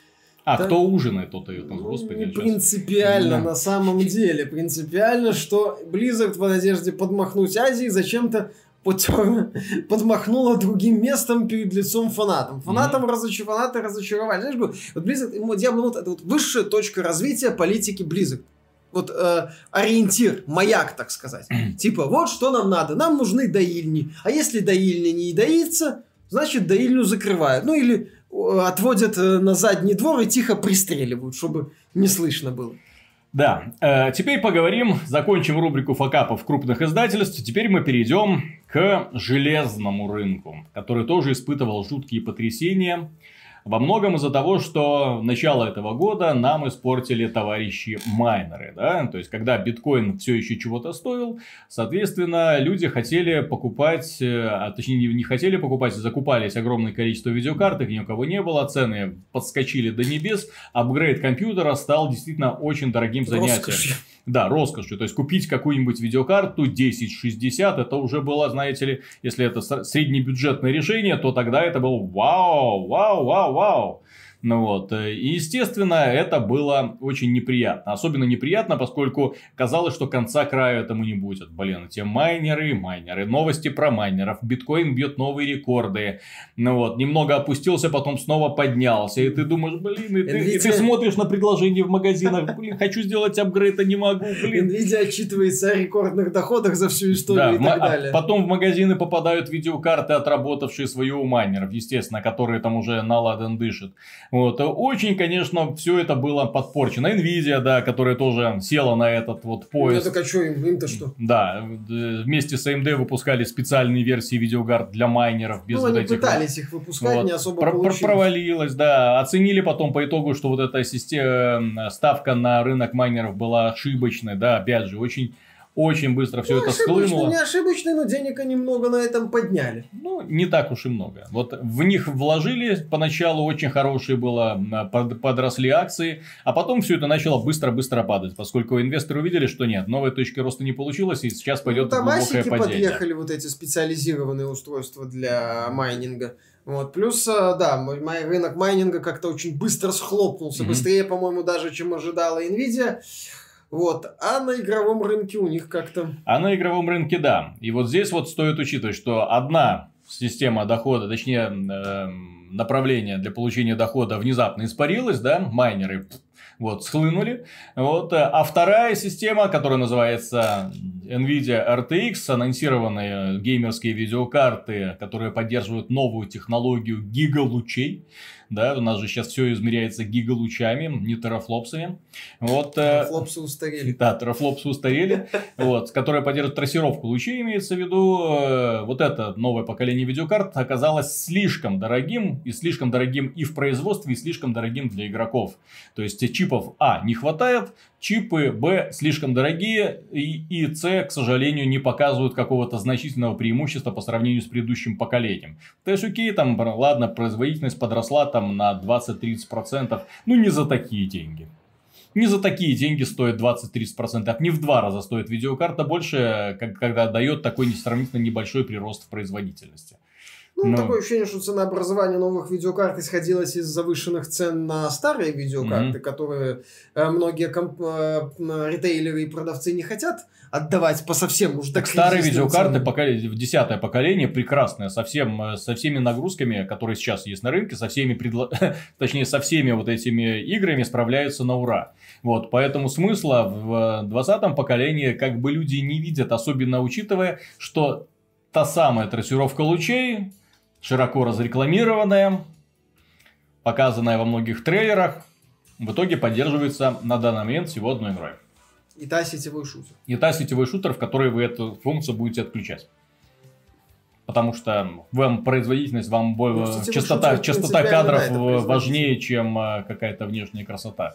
А, да. Кто ужинает, тот ее танцует. Господи. Не принципиально Да. на самом деле. Принципиально, что Blizzard в надежде подмахнуть Азии зачем-то потер... подмахнула другим местом перед лицом фанатам. Фанатам mm-hmm. разоч... фанаты разочаровали. Знаешь, вот Blizzard, Diablo вот, это вот высшая точка развития политики Blizzard. Вот э, ориентир, маяк, так сказать. Типа, вот что нам надо. Нам нужны доильни. А если доильня не доится, значит доильню закрывают. Ну или отводят на задний двор и тихо пристреливают, чтобы не слышно было. Да, э, теперь поговорим, закончим рубрику факапов крупных издательств. Теперь мы перейдем к железному рынку, который тоже испытывал жуткие потрясения. Во многом из-за того, что начало этого года нам испортили товарищи майнеры, да, то есть когда биткоин все еще чего-то стоил, соответственно, люди хотели покупать, а точнее не хотели покупать, а закупались огромное количество видеокарт, их ни у кого не было, цены подскочили до небес, апгрейд компьютера стал действительно очень дорогим занятием. Роскошью. Да, роскошью. То есть купить какую-нибудь видеокарту десять шестьдесят, это уже было, знаете ли, если это среднебюджетное решение, то тогда это было вау, вау, вау, вау. Ну вот, и естественно, это было очень неприятно. Особенно неприятно, поскольку казалось, что конца краю этому не будет. Блин, эти майнеры, майнеры, новости про майнеров, биткоин бьет новые рекорды. Ну вот, немного опустился, потом снова поднялся. И ты думаешь, блин, и ты, и ты смотришь на предложения в магазинах, блин, хочу сделать апгрейд, а не могу, блин. Nvidia отчитывается о рекордных доходах за всю историю, да, и так а далее. Потом в магазины попадают видеокарты, отработавшие свое у майнеров, естественно, которые там уже наладан дышат. Вот. Очень, конечно, все это было подпорчено. Nvidia, да, которая тоже села на этот вот поезд. Ну, так а что им? Им-то что? Да, вместе с эй эм ди выпускали специальные версии видеокарт для майнеров. Без ну, вот они этих пытались вот... их выпускать, вот. Не особо Про- получилось. Провалилось, да. Оценили потом по итогу, что вот эта система, ставка на рынок майнеров была ошибочной. Да, опять же, очень... Очень быстро все ну, это ошибочный, схлынуло. Не ошибочный, но денег они много на этом подняли. Ну, не так уж и много. Вот в них вложили поначалу, очень хорошие было, под, подросли акции, а потом все это начало быстро-быстро падать, поскольку инвесторы увидели, что нет, новой точки роста не получилось, и сейчас пойдет ну, там глубокое асики падение. подъехали, вот эти специализированные устройства для майнинга. Вот. Плюс, да, мой рынок майнинга как-то очень быстро схлопнулся, mm-hmm. быстрее, по-моему, даже, чем ожидала Nvidia. Вот, а на игровом рынке у них как-то... А на игровом рынке, да. И вот здесь вот стоит учитывать, что одна система дохода, точнее, э, направление для получения дохода внезапно испарилось, да, майнеры вот, схлынули. Вот. А вторая система, которая называется NVIDIA эр ти икс, анонсированные геймерские видеокарты, которые поддерживают новую технологию гигалучей. Да, у нас же сейчас все измеряется гигалучами, не терафлопсами. Вот, терафлопсы устарели. Да, терафлопсы устарели. Вот, которые поддерживают трассировку лучей, имеется в виду. Вот это новое поколение видеокарт оказалось слишком дорогим. И слишком дорогим и в производстве, и слишком дорогим для игроков. То есть чипов А не хватает, чипы Б слишком дорогие, и, и С, к сожалению, не показывают какого-то значительного преимущества по сравнению с предыдущим поколением. То есть, окей, там, ладно, производительность подросла там на двадцать-тридцать процентов, ну не за такие деньги. Не за такие деньги стоит двадцать-тридцать процентов, не в два раза стоит видеокарта больше, как, когда дает такой несравнительно небольшой прирост в производительности. Ну, Но... такое ощущение, что ценообразование новых видеокарт исходилось из завышенных цен на старые видеокарты, mm-hmm. которые э, многие комп- э, ритейлеры и продавцы не хотят отдавать по совсем уж так старые видеокарты, поколение, десятое поколение, прекрасное, со, всем, со всеми нагрузками, которые сейчас есть на рынке, со всеми, предло... точнее, со всеми вот этими играми справляются на ура. Вот, поэтому смысла в двадцатом поколении как бы люди не видят, особенно учитывая, что та самая трассировка лучей, широко разрекламированная, показанная во многих трейлерах, в итоге поддерживается на данный момент всего одной игрой. И та сетевой шутер. И та сетевой шутер, в которой вы эту функцию будете отключать. Потому что вам производительность, вам ну, частота, шутер, частота кадров важнее, чем какая-то внешняя красота.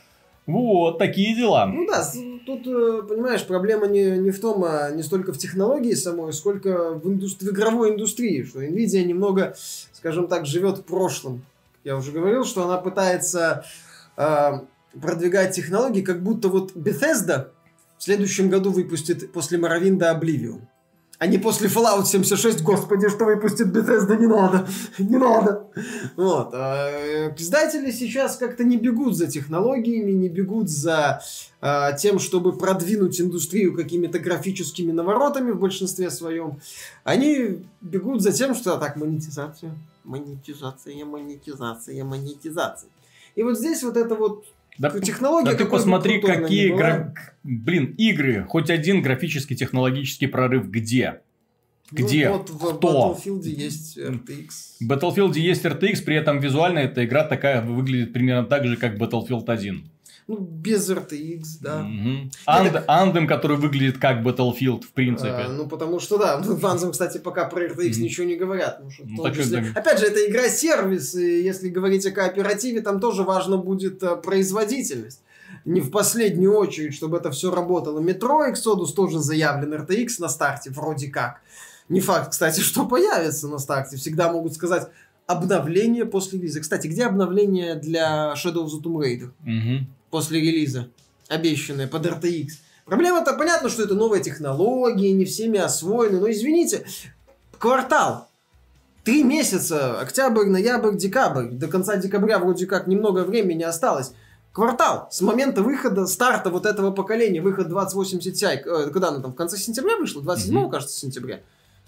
Вот, такие дела. Ну да, тут, понимаешь, проблема не, не в том, а не столько в технологии самой, сколько в, индустри- в игровой индустрии, что Nvidia немного, скажем так, живет в прошлом. Я уже говорил, что она пытается э, продвигать технологии, как будто вот Bethesda в следующем году выпустит после Morrowind'а Oblivion. А не после Fallout семьдесят шесть, господи, что выпустит Bethesda, не надо, не надо. Вот. А издатели сейчас как-то не бегут за технологиями, не бегут за а, тем, чтобы продвинуть индустрию какими-то графическими наворотами в большинстве своем. Они бегут за тем, что так, монетизация, монетизация, монетизация, монетизация. И вот здесь вот это вот Да, технология, да ты посмотри, какие гра... блин, игры, хоть один графический технологический прорыв где? Где? Ну, вот в Кто? Battlefield есть эр ти экс. В Battlefield есть эр ти экс, при этом визуально эта игра такая выглядит примерно так же, как Battlefield один. Ну, без эр ти экс, да. Угу. And, Anthem, который выглядит как Battlefield, в принципе. А, ну, потому что, да, в Anthem, кстати, пока про эр ти экс mm-hmm. ничего не говорят. Ну, что ну, числе... так... Опять же, это игра-сервис, и если говорить о кооперативе, там тоже важно будет а, производительность. Не в последнюю очередь, чтобы это все работало. Metro Exodus тоже заявлен эр ти экс на старте, вроде как. Не факт, кстати, что появится на старте. Всегда могут сказать обновление после релиза. Кстати, где обновление для Shadow of the Tomb Raider? Mm-hmm. После релиза, обещанное под эр ти экс. Проблема-то, понятно, что это новая технология, не всеми освоены, но извините, квартал, три месяца, октябрь, ноябрь, декабрь, до конца декабря вроде как немного времени осталось. Квартал с момента выхода, старта вот этого поколения, выход двадцать восемьдесят Ti, э, когда она там, в конце сентября вышла? двадцать седьмого, mm-hmm. кажется, сентября.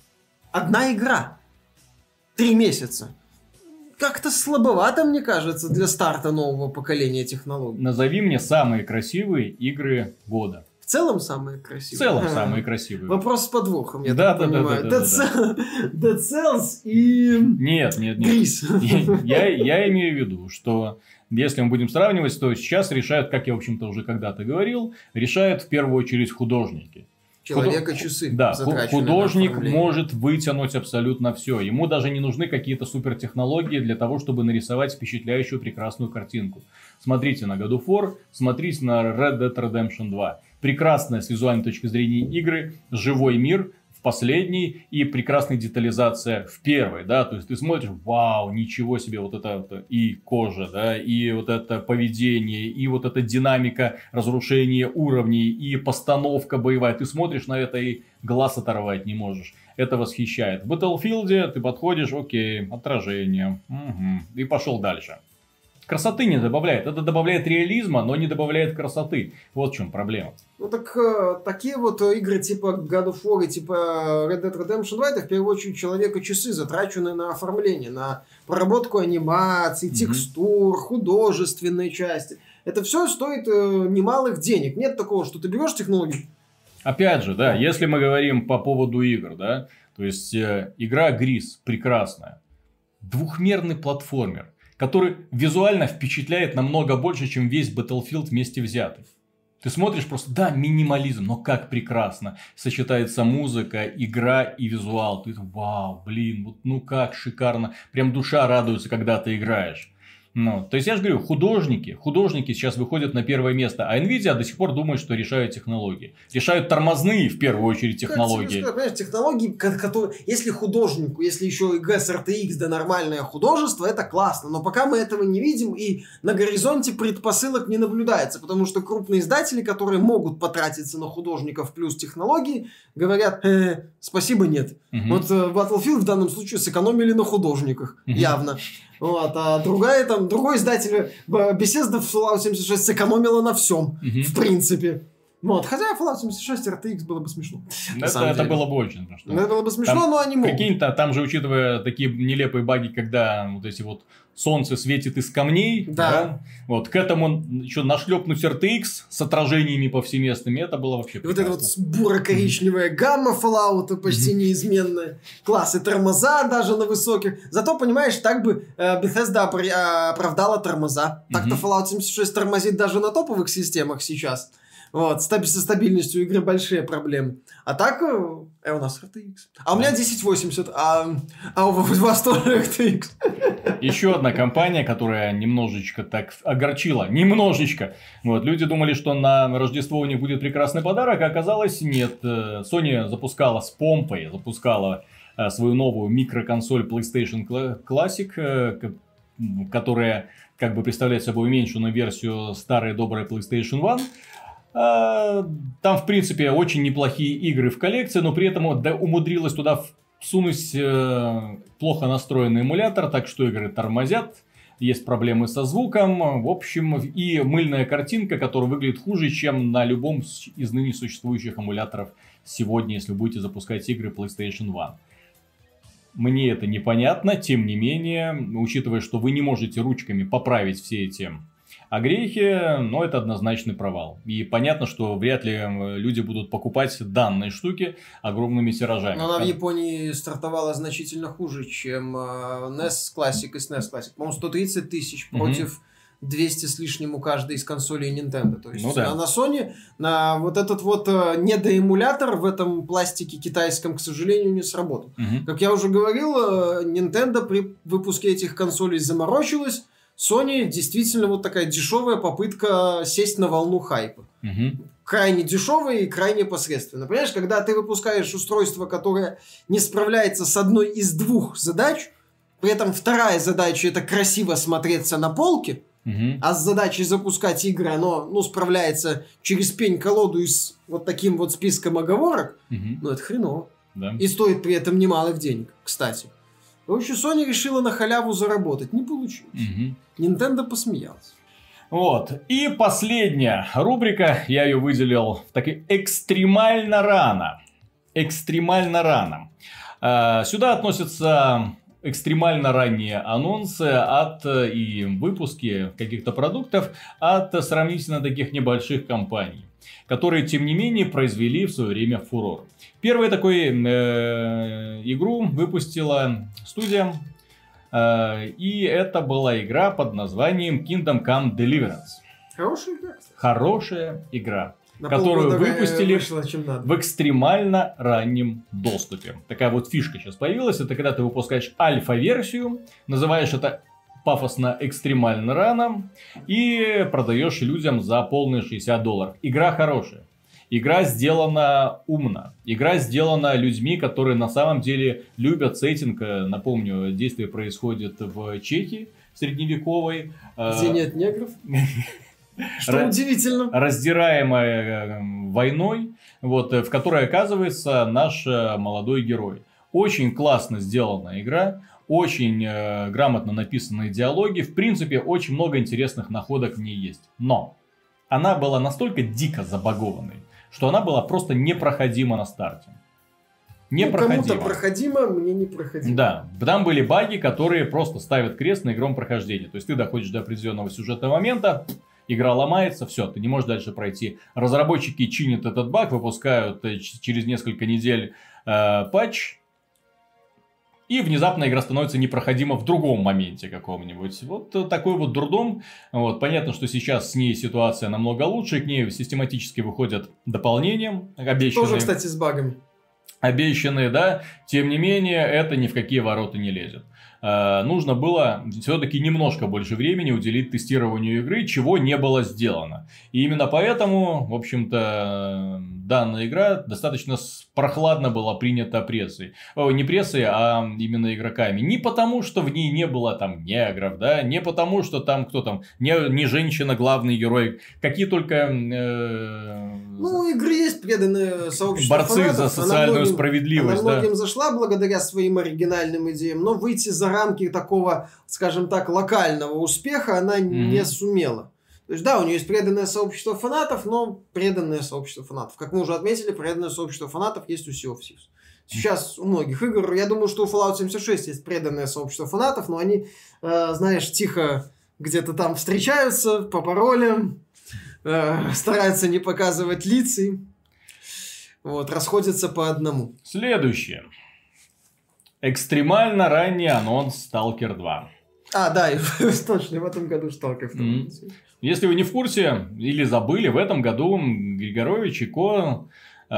Одна игра. Три месяца. Как-то слабовато, мне кажется, для старта нового поколения технологий. Назови мне самые красивые игры года. В целом самые красивые? В целом а, самые красивые. Вопрос с подвохом, я да, так да, понимаю. Да, да, да, да. Dead Cells и... Нет, нет, нет. Грис. Я, я имею в виду, что если мы будем сравнивать, то сейчас решают, как я, в общем-то, уже когда-то говорил, решают в первую очередь художники. Человека-часы. Да, художник может вытянуть абсолютно все. Ему даже не нужны какие-то супертехнологии для того, чтобы нарисовать впечатляющую прекрасную картинку. Смотрите на God of War, смотрите на Red Dead Redemption два. Прекрасная с визуальной точки зрения игры, живой мир в последней и прекрасная детализация в первой, да, то есть ты смотришь, вау, ничего себе, вот это, это и кожа, да, и вот это поведение, и вот эта динамика разрушения уровней, и постановка боевая, ты смотришь на это и глаз оторвать не можешь, это восхищает. В Battlefield ты подходишь, окей, отражение, угу, и пошел дальше. Красоты не добавляет. Это добавляет реализма, но не добавляет красоты. Вот в чем проблема. Ну так э, такие вот игры типа God of War и типа Red Dead Redemption два, это в первую очередь человека часы, затраченные на оформление, на проработку анимаций, mm-hmm. текстур, художественной части. Это все стоит э, немалых денег. Нет такого, что ты берешь технологию. Опять же, да, если мы говорим по поводу игр, да, то есть э, игра Грис прекрасная. Двухмерный платформер, который визуально впечатляет намного больше, чем весь Battlefield вместе взятый. Ты смотришь просто, да, минимализм, но как прекрасно сочетается музыка, игра и визуал. Ты вау, блин, вот ну как шикарно. Прям душа радуется, когда ты играешь. Ну, то есть, я же говорю, художники, художники сейчас выходят на первое место, а Nvidia до сих пор думает, что решают технологии. Решают тормозные, в первую очередь, технологии. Как понимаешь, технологии, которые, если художнику, если еще и джи эс эр ти экс, да нормальное художество, это классно. Но пока мы этого не видим, и на горизонте предпосылок не наблюдается, потому что крупные издатели, которые могут потратиться на художников плюс технологии, говорят, э, спасибо, нет. Угу. Вот Battlefield в данном случае сэкономили на художниках, угу. явно. Вот, а другая, там, другой издатель Bethesda в Fallout семьдесят шесть сэкономила на всем, uh-huh. в принципе. Вот, хотя Fallout семьдесят шесть эр ти экс было бы смешно. Это, это было бы очень смешно. Это было бы смешно, там, но они могут. Прикинь-то, там же, учитывая такие нелепые баги, когда вот эти вот солнце светит из камней, да. Да, вот, к этому еще нашлепнуть эр ти экс с отражениями повсеместными, это было вообще прекрасно. Вот эта вот буро-коричневая mm-hmm. гамма Fallout почти mm-hmm. неизменная. Класс, и тормоза даже на высоких. Зато, понимаешь, так бы э, Bethesda опри- оправдала тормоза. Mm-hmm. Так-то Fallout семьдесят шесть тормозит даже на топовых системах сейчас. Вот, со стабильностью игры большие проблемы. А так, э, у нас эр ти экс. А у меня десять восемьдесят, а, а у вас тоже эр ти экс. Еще одна компания, которая немножечко так огорчила. Немножечко. Вот, люди думали, что на Рождество у них будет прекрасный подарок, а оказалось нет. Sony запускала с помпой, запускала свою новую микроконсоль PlayStation Classic, которая как бы представляет собой уменьшенную версию старой доброй PlayStation один. Там, в принципе, очень неплохие игры в коллекции, но при этом умудрилась туда всунуть э, плохо настроенный эмулятор, так что игры тормозят, есть проблемы со звуком, в общем, и мыльная картинка, которая выглядит хуже, чем на любом из ныне существующих эмуляторов сегодня, если вы будете запускать игры PlayStation один. Мне это непонятно, тем не менее, учитывая, что вы не можете ручками поправить все эти огрехи, но это однозначный провал. И понятно, что вряд ли люди будут покупать данные штуки огромными тиражами. Но она в Японии стартовала значительно хуже, чем эн и эс Classic и эс эн и эс Classic. По-моему, сто тридцать тысяч mm-hmm. против двести с лишним у каждой из консолей Nintendo. То есть ну, да. на Sony на вот этот вот недоэмулятор в этом пластике китайском, к сожалению, не сработал. Mm-hmm. Как я уже говорил, Nintendo при выпуске этих консолей заморочилась. Sony действительно вот такая дешевая попытка сесть на волну хайпа. Угу. Крайне дешевая и крайне посредственно. Понимаешь, когда ты выпускаешь устройство, которое не справляется с одной из двух задач, при этом вторая задача это красиво смотреться на полке, угу. а с задачей запускать игры оно ну, справляется через пень-колоду и с вот таким вот списком оговорок, угу. ну это хреново. Да. И стоит при этом немалых денег, кстати. В общем, Sony решила на халяву заработать. Не получилось. Угу. Nintendo посмеялась. Вот. И последняя рубрика. Я ее выделил в таки экстремально рано. Экстремально рано. А, сюда относятся экстремально ранние анонсы от и выпуски каких-то продуктов от сравнительно таких небольших компаний, которые, тем не менее, произвели в свое время фурор. Первую такую э, игру выпустила студия, э, и это была игра под названием Kingdom Come Deliverance. Хорошая игра. Хорошая игра, На которую выпустили вышло, чем надо. в экстремально раннем доступе. Такая вот фишка сейчас появилась, это когда ты выпускаешь альфа-версию, называешь это пафосно экстремально рано и продаешь людям за полные шестьдесят долларов. Игра хорошая. Игра сделана умно. Игра сделана людьми, которые на самом деле любят сеттинг. Напомню, действие происходит в Чехии средневековой. Где нет негров. Что удивительно. Раздираемая войной, вот, в которой оказывается наш молодой герой. Очень классно сделана игра. очень э, грамотно написанные диалоги. В принципе, очень много интересных находок в ней есть. Но она была настолько дико забагованной, что она была просто непроходима на старте. Непроходимо. Ну, кому-то проходимо, мне не проходимо. Да, там были баги, которые просто ставят крест на игровом прохождении. То есть ты доходишь до определенного сюжетного момента, игра ломается, все, ты не можешь дальше пройти. Разработчики чинят этот баг, выпускают через несколько недель э, патч, и внезапно игра становится непроходима в другом моменте каком-нибудь. Вот такой вот дурдом. Вот. Понятно, что сейчас с ней ситуация намного лучше, к ней систематически выходят дополнения, обещанные. Тоже, кстати, с багами. Обещанные, да, тем не менее, это ни в какие ворота не лезет. Э, нужно было все-таки немножко больше времени уделить тестированию игры, чего не было сделано. И именно поэтому, в общем-то, данная игра достаточно прохладно была принята прессой. О, не прессой, а именно игроками. Не потому, что в ней не было там негров, да, не потому, что там кто там, не, не женщина главный герой, какие только... Э, ну, у игры есть преданное сообщество борцы фанатов. за социальную многим, справедливость, она да. многим зашла благодаря своим оригинальным идеям, но выйти за рамки такого, скажем так, локального успеха она mm-hmm. не сумела. То есть, да, у нее есть преданное сообщество фанатов, но преданное сообщество фанатов. Как мы уже отметили, преданное сообщество фанатов есть у Sea of Thieves. Сейчас у многих игр, я думаю, что у Fallout семьдесят шесть есть преданное сообщество фанатов, но они, э, знаешь, тихо где-то там встречаются по паролям, э, стараются не показывать лица, вот, расходятся по одному. Следующее. Экстремально ранний анонс Stalker два. А, да, и, точно, в этом году Stalker два. Mm-hmm. Если вы не в курсе или забыли, в этом году Григорович и Ко, э,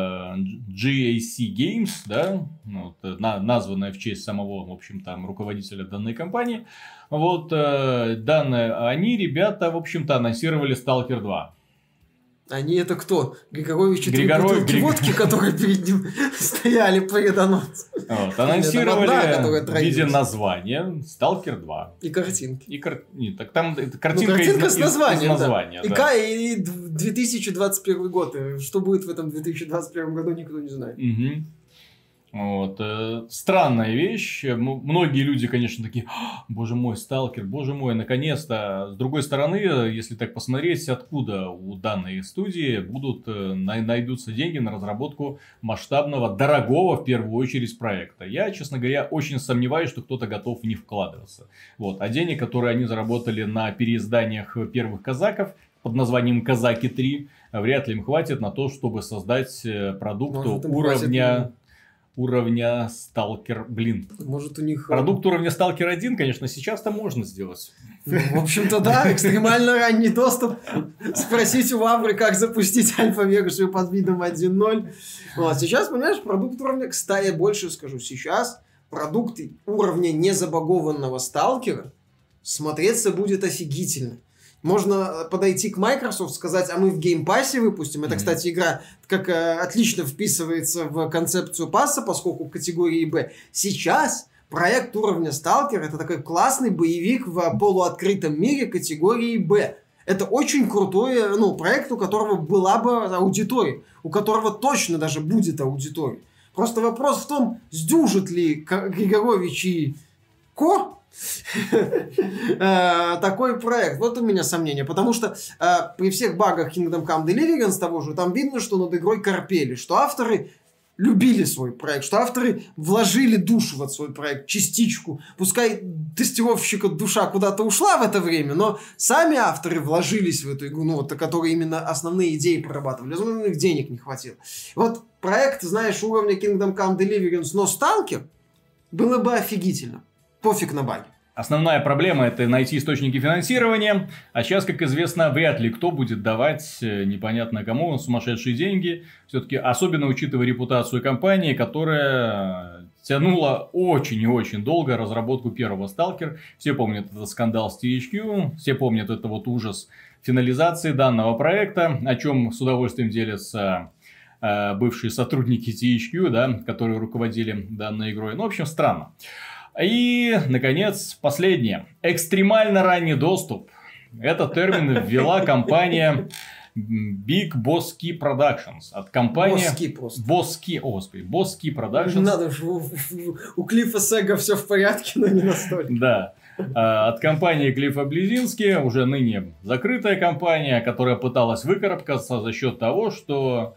джи эй си Games, да, вот, на, названная в честь самого, в общем, там, руководителя данной компании, вот, э, данные, они, ребята, в общем-то, анонсировали Stalker два. Они это кто? Григорович и Григоров... три бутылки Григ... водки, которые перед ним стояли перед анонсом. Вот, анонсировали одна, в виде названия Stalker два. И картинки. И кар... Нет, так там картинка, ну, картинка из, с названием. Из, из названия, да. Да. И, и две тысячи двадцать первый год. Что будет в этом две тысячи двадцать первом году, никто не знает. Угу. Вот. Э, странная вещь. Многие люди, конечно, такие: боже мой, Сталкер, боже мой, наконец-то. С другой стороны, если так посмотреть, откуда у данной студии будут найдутся деньги на разработку масштабного, дорогого в первую очередь проекта. Я, честно говоря, очень сомневаюсь, что кто-то готов в них вкладываться. Вот. А денег, которые они заработали на переизданиях первых казаков под названием Казаки три, вряд ли им хватит на то, чтобы создать продукт Может, уровня... уровня Сталкер, блин. Может, у них... Продукт уровня Сталкер один, конечно, сейчас-то можно сделать. Ну, в общем-то, да, экстремально ранний доступ. Спросите у Авры, как запустить альфа-версию под видом один ноль. Вот, сейчас, понимаешь, продукт уровня... Кстати, больше скажу, сейчас продукты уровня незабагованного Сталкера смотреться будет офигительно. Можно подойти к Microsoft, сказать, а мы в геймпассе выпустим. Это, mm-hmm. кстати, игра как э, отлично вписывается в концепцию пасса, поскольку категории Б. Сейчас проект уровня Stalker — это такой классный боевик в полуоткрытом мире категории Б. Это очень крутой ну, проект, у которого была бы аудитория, у которого точно даже будет аудитория. Просто вопрос в том, сдюжит ли Григорович и Ко такой проект. Вот у меня сомнение. Потому что э, при всех багах Kingdom Come Deliverance того же, там видно, что над игрой корпели, что авторы любили свой проект, что авторы вложили душу в этот свой проект, частичку. Пускай тестировщика душа куда-то ушла в это время, но сами авторы вложились в эту игру, ну вот, которые именно основные идеи прорабатывали. Возможно, у них денег не хватило. Вот проект, знаешь, уровня Kingdom Come Deliverance, но Stalker было бы офигительно. Пофиг на баги. Основная проблема – это найти источники финансирования, а сейчас, как известно, вряд ли кто будет давать непонятно кому сумасшедшие деньги, все-таки особенно учитывая репутацию компании, которая тянула очень и очень долго разработку первого Stalker. Все помнят этот скандал с ти эйч кью, все помнят это вот ужас финализации данного проекта, о чем с удовольствием делятся э, бывшие сотрудники ти эйч кью, да, которые руководили данной игрой. Ну, в общем, странно. И, наконец, последнее. Экстремально ранний доступ. Этот термин ввела компания Big Boss Key Productions от компании... Boss Key просто. Boss Key, о, господи, Boss Key Productions. Надо же, у, у Клиффа Сега все в порядке, но не настолько. Да. От компании Клиффа Близински, уже ныне закрытая компания, которая пыталась выкарабкаться за счет того, что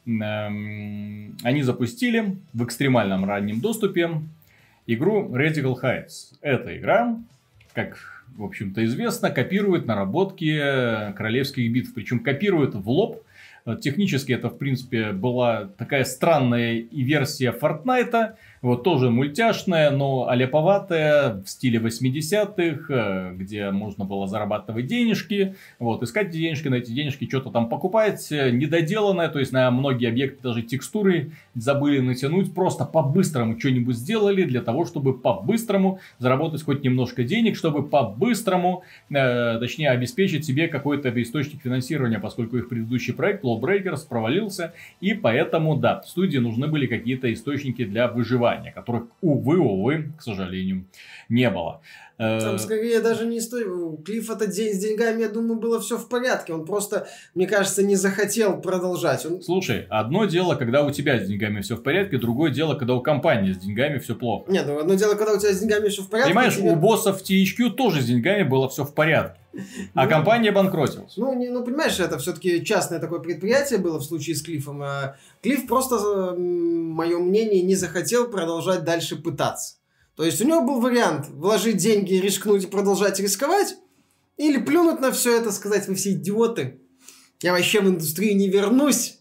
эм, они запустили в экстремальном раннем доступе игру Radical Heights. Эта игра, как, в общем-то, известно, копирует наработки королевских битв. Причем копирует в лоб. Технически это, в принципе, была такая странная и версия Fortnite. Вот тоже мультяшная, но аляповатая, в стиле восьмидесятых, где можно было зарабатывать денежки. Вот, искать эти денежки, на эти денежки что-то там покупать. Недоделанное, то есть на многие объекты даже текстуры забыли натянуть. Просто по-быстрому что-нибудь сделали для того, чтобы по-быстрому заработать хоть немножко денег, чтобы по-быстрому, э, точнее, обеспечить себе какой-то источник финансирования, поскольку их предыдущий проект Lawbreakers провалился. И поэтому, да, студии нужны были какие-то источники для выживания, которых, увы, увы, к сожалению, не было. Там скорее даже не стоит. У Клиффа-то день с деньгами, я думаю, было все в порядке. Он просто, мне кажется, не захотел продолжать. Он... Слушай, одно дело, когда у тебя с деньгами все в порядке, другое дело, когда у компании с деньгами все плохо. Нет, ну одно дело, когда у тебя с деньгами все в порядке. Понимаешь, тебе... у боссов ти эйч кью тоже с деньгами было все в порядке. А ну, компания банкротилась. Ну, не, ну, понимаешь, это все-таки частное такое предприятие было в случае с Клиффом. А Клифф просто, мое мнение, не захотел продолжать дальше пытаться. То есть у него был вариант вложить деньги, рискнуть и продолжать рисковать, или плюнуть на все это, сказать: вы все идиоты, я вообще в индустрию не вернусь,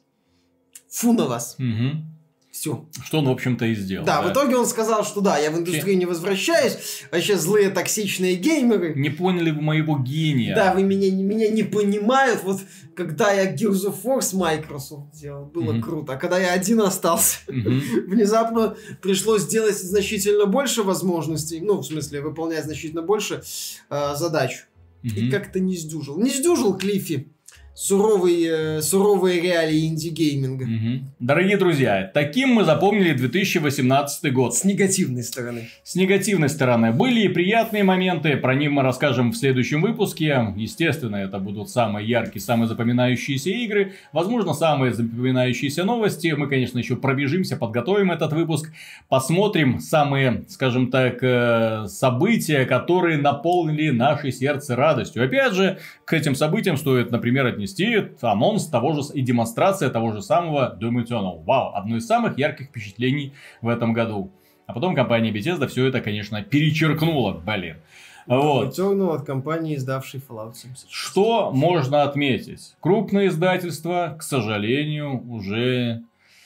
фу на вас. Угу. Все. Что он, в общем-то, и сделал. Да, да, в итоге он сказал, что да, я в индустрию Че? не возвращаюсь, вообще злые токсичные геймеры. Не поняли вы моего гения. Да, вы меня, меня не понимают. Вот когда я Gears of War с Microsoft делал, было mm-hmm. круто. А когда я один остался, mm-hmm. внезапно пришлось сделать значительно больше возможностей. Ну, в смысле, выполнять значительно больше э, задач. Mm-hmm. И как-то не сдюжил. Не сдюжил Клиффи. Суровые, суровые реалии инди-гейминга. Угу. Дорогие друзья, таким мы запомнили две тысячи восемнадцатый год. С негативной стороны. С негативной стороны. Были и приятные моменты, про них мы расскажем в следующем выпуске. Естественно, это будут самые яркие, самые запоминающиеся игры. Возможно, самые запоминающиеся новости. Мы, конечно, еще пробежимся, подготовим этот выпуск. Посмотрим самые, скажем так, события, которые наполнили наше сердце радостью. Опять же, к этим событиям стоит, например, отнести анонс того же и демонстрация того же самого Doom Eternal. Вау, одно из самых ярких впечатлений в этом году. А потом компания Bethesda все это, конечно, перечеркнула, блин. Вот. Eternal от компании, издавшей Fallout семьдесят шесть. Что можно отметить? Крупные издательства, к сожалению, уже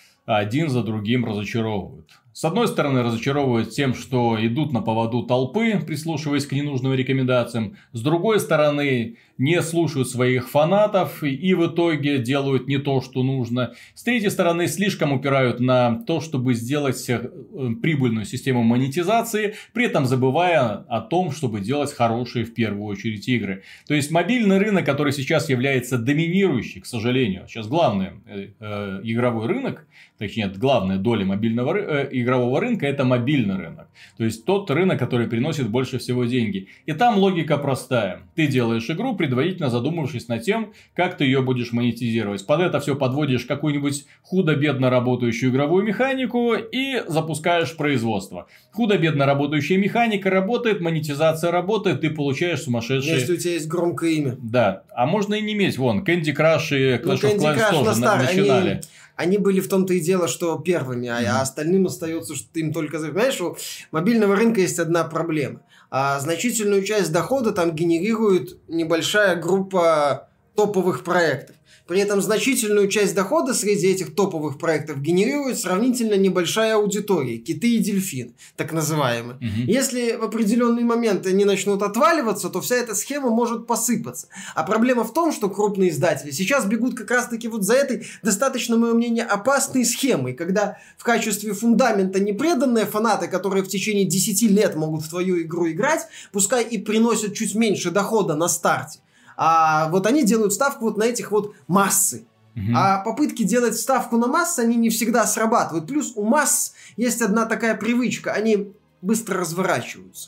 один за другим разочаровывают. С одной стороны, разочаровывают тем, что идут на поводу толпы, прислушиваясь к ненужным рекомендациям. С другой стороны, не слушают своих фанатов и в итоге делают не то, что нужно. С третьей стороны, слишком упирают на то, чтобы сделать прибыльную систему монетизации, при этом забывая о том, чтобы делать хорошие в первую очередь игры. То есть мобильный рынок, который сейчас является доминирующий, к сожалению, сейчас главный э, э, игровой рынок, точнее, главная доля мобильного э, игрового рынка — это мобильный рынок. То есть тот рынок, который приносит больше всего деньги. И там логика простая. Ты делаешь игру, предварительно задумавшись над тем, как ты ее будешь монетизировать. Под это все подводишь какую-нибудь худо-бедно работающую игровую механику и запускаешь производство. Худо-бедно работающая механика работает, монетизация работает, ты получаешь сумасшедшие... Если у тебя есть громкое имя. Да. А можно и не иметь. Вон, Candy Crush и Clash of Clans тоже Star, начинали. Они... Они были в том-то и дело, что первыми, а, mm-hmm. а остальным остается, что ты им только... Понимаешь, у мобильного рынка есть одна проблема. А значительную часть дохода там генерирует небольшая группа топовых проектов. При этом значительную часть дохода среди этих топовых проектов генерирует сравнительно небольшая аудитория. Киты и дельфины, так называемые. Mm-hmm. Если в определенный момент они начнут отваливаться, то вся эта схема может посыпаться. А проблема в том, что крупные издатели сейчас бегут как раз-таки вот за этой достаточно, мое мнение, опасной схемой, когда в качестве фундамента непреданные фанаты, которые в течение десяти лет могут в твою игру играть, пускай и приносят чуть меньше дохода на старте, а вот они делают ставку вот на этих вот массы. Uh-huh. А попытки делать ставку на массы, они не всегда срабатывают. Плюс у масс есть одна такая привычка. Они быстро разворачиваются.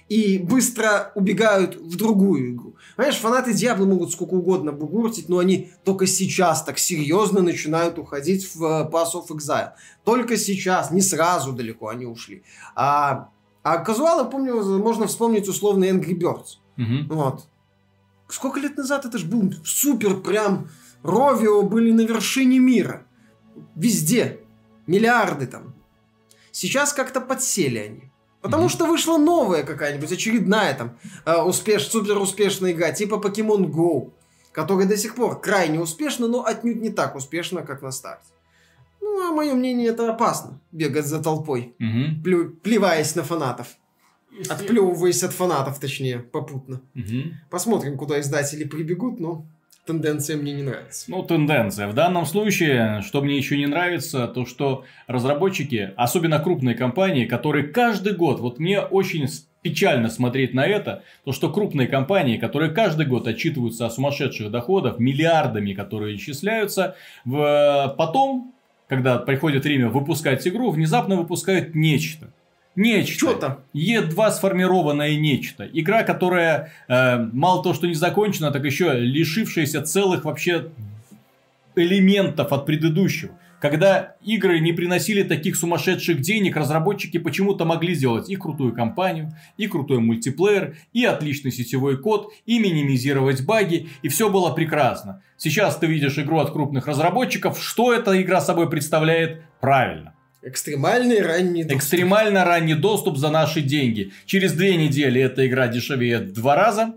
и быстро убегают в другую игру. Понимаешь, фанаты Diablo могут сколько угодно бугуртить, но они только сейчас так серьезно начинают уходить в Path of Exile. Только сейчас, не сразу далеко они ушли. А, а казуалы, помню, можно вспомнить условно Angry Birds. Угу. Вот. Сколько лет назад это ж был супер прям... Ровио были на вершине мира. Везде. Миллиарды там. Сейчас как-то подсели они. Потому mm-hmm. что вышла новая какая-нибудь, очередная там успеш, супер успешная игра, типа Pokemon Go, которая до сих пор крайне успешна, но отнюдь не так успешна, как на старте. Ну, а мое мнение, это опасно. Бегать за толпой, mm-hmm. плю- плеваясь на фанатов. Если... Отплевываясь от фанатов, точнее, попутно. Mm-hmm. Посмотрим, куда издатели прибегут, но... Тенденция мне не нравится. Ну, тенденция. В данном случае, что мне еще не нравится, то что разработчики, особенно крупные компании, которые каждый год, вот мне очень печально смотреть на это, то что крупные компании, которые каждый год отчитываются о сумасшедших доходах, миллиардами, которые исчисляются, в... потом, когда приходит время выпускать игру, внезапно выпускают нечто. Нечто. Что-то. Е2 сформированное нечто. Игра, которая э, мало того, что не закончена, так еще лишившаяся целых вообще элементов от предыдущего. Когда игры не приносили таких сумасшедших денег, разработчики почему-то могли сделать и крутую кампанию, и крутой мультиплеер, и отличный сетевой код, и минимизировать баги, и все было прекрасно. Сейчас ты видишь игру от крупных разработчиков. Что эта игра собой представляет? Правильно. Экстремальный ранний доступ. Экстремально ранний доступ за наши деньги. Через две недели эта игра дешевеет в два раза.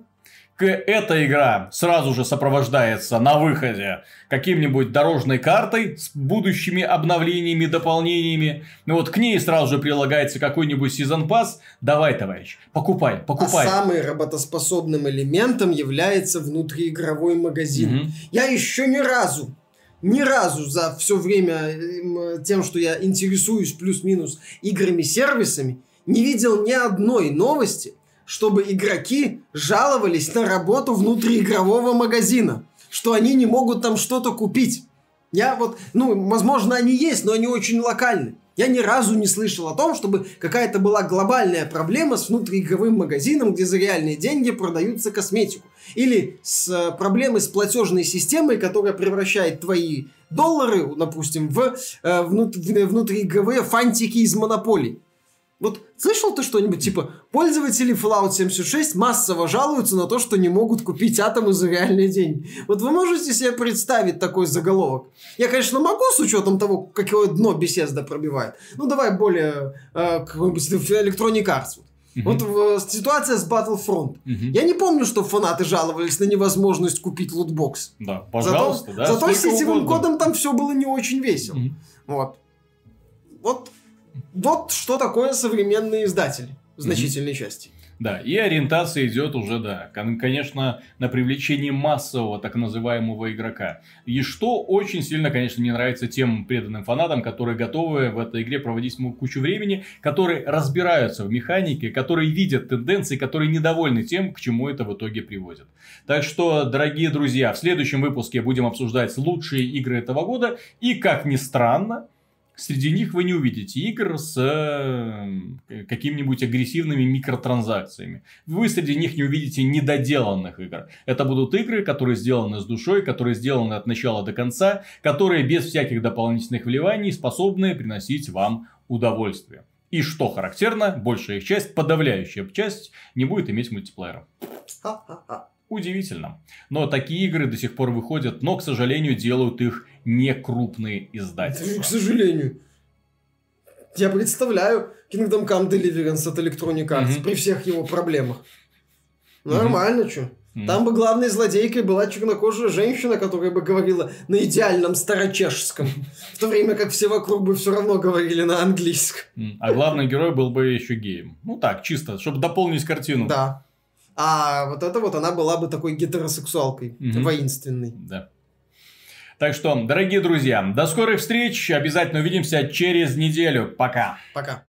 Эта игра сразу же сопровождается на выходе каким-нибудь дорожной картой с будущими обновлениями, дополнениями. Ну вот к ней сразу же прилагается какой-нибудь сезон пасс. Давай, товарищ, покупай, покупай. А самым работоспособным элементом является внутриигровой магазин. Угу. Я еще ни разу Ни разу за все время тем, что я интересуюсь плюс-минус играми-сервисами, не видел ни одной новости, чтобы игроки жаловались на работу внутриигрового магазина, что они не могут там что-то купить. Я вот, ну, возможно, они есть, но они очень локальны. Я ни разу не слышал о том, чтобы какая-то была глобальная проблема с внутриигровым магазином, где за реальные деньги продаются косметику. Или с проблемой с платежной системой, которая превращает твои доллары, допустим, в э, внут, в, внутриигровые фантики из монополий. Вот слышал ты что-нибудь типа пользователи Fallout семьдесят шесть массово жалуются на то, что не могут купить атомы за реальные деньги? Вот вы можете себе представить такой заголовок? Я, конечно, могу с учетом того, какое дно Bethesda пробивает. Ну, давай более э, какой-нибудь Electronic Arts. Uh-huh. Вот в, ситуация с Battlefront. Uh-huh. Я не помню, что фанаты жаловались на невозможность купить лутбокс. Да, пожалуйста. Зато, да, зато с сетевым угодно. кодом там все было не очень весело. Uh-huh. Вот. Вот. Вот что такое современные издатели в значительной mm-hmm. части. Да, и ориентация идет уже, да, конечно, на привлечение массового так называемого игрока. И что очень сильно, конечно, мне нравится тем преданным фанатам, которые готовы в этой игре проводить кучу времени, которые разбираются в механике, которые видят тенденции, которые недовольны тем, к чему это в итоге приводит. Так что, дорогие друзья, в следующем выпуске будем обсуждать лучшие игры этого года. И, как ни странно, среди них вы не увидите игр с э, какими-нибудь агрессивными микротранзакциями. Вы среди них не увидите недоделанных игр. Это будут игры, которые сделаны с душой, которые сделаны от начала до конца, которые без всяких дополнительных вливаний способны приносить вам удовольствие. И что характерно, большая их часть, подавляющая часть, не будет иметь мультиплеера. Удивительно. Но такие игры до сих пор выходят, но, к сожалению, делают их не крупные издательства. К сожалению. Я представляю Kingdom Come Deliverance от Electronic Arts mm-hmm. при всех его проблемах. Нормально, mm-hmm. что? Mm-hmm. Там бы главной злодейкой была чернокожая женщина, которая бы говорила на идеальном старочешском. В то время как все вокруг бы все равно говорили на английском. А главный герой был бы еще геем. Ну так, чисто, чтобы дополнить картину. Да. А вот это вот она была бы такой гетеросексуалкой, mm-hmm. воинственной. Да. Так что, дорогие друзья, до скорых встреч. Обязательно увидимся через неделю. Пока. Пока.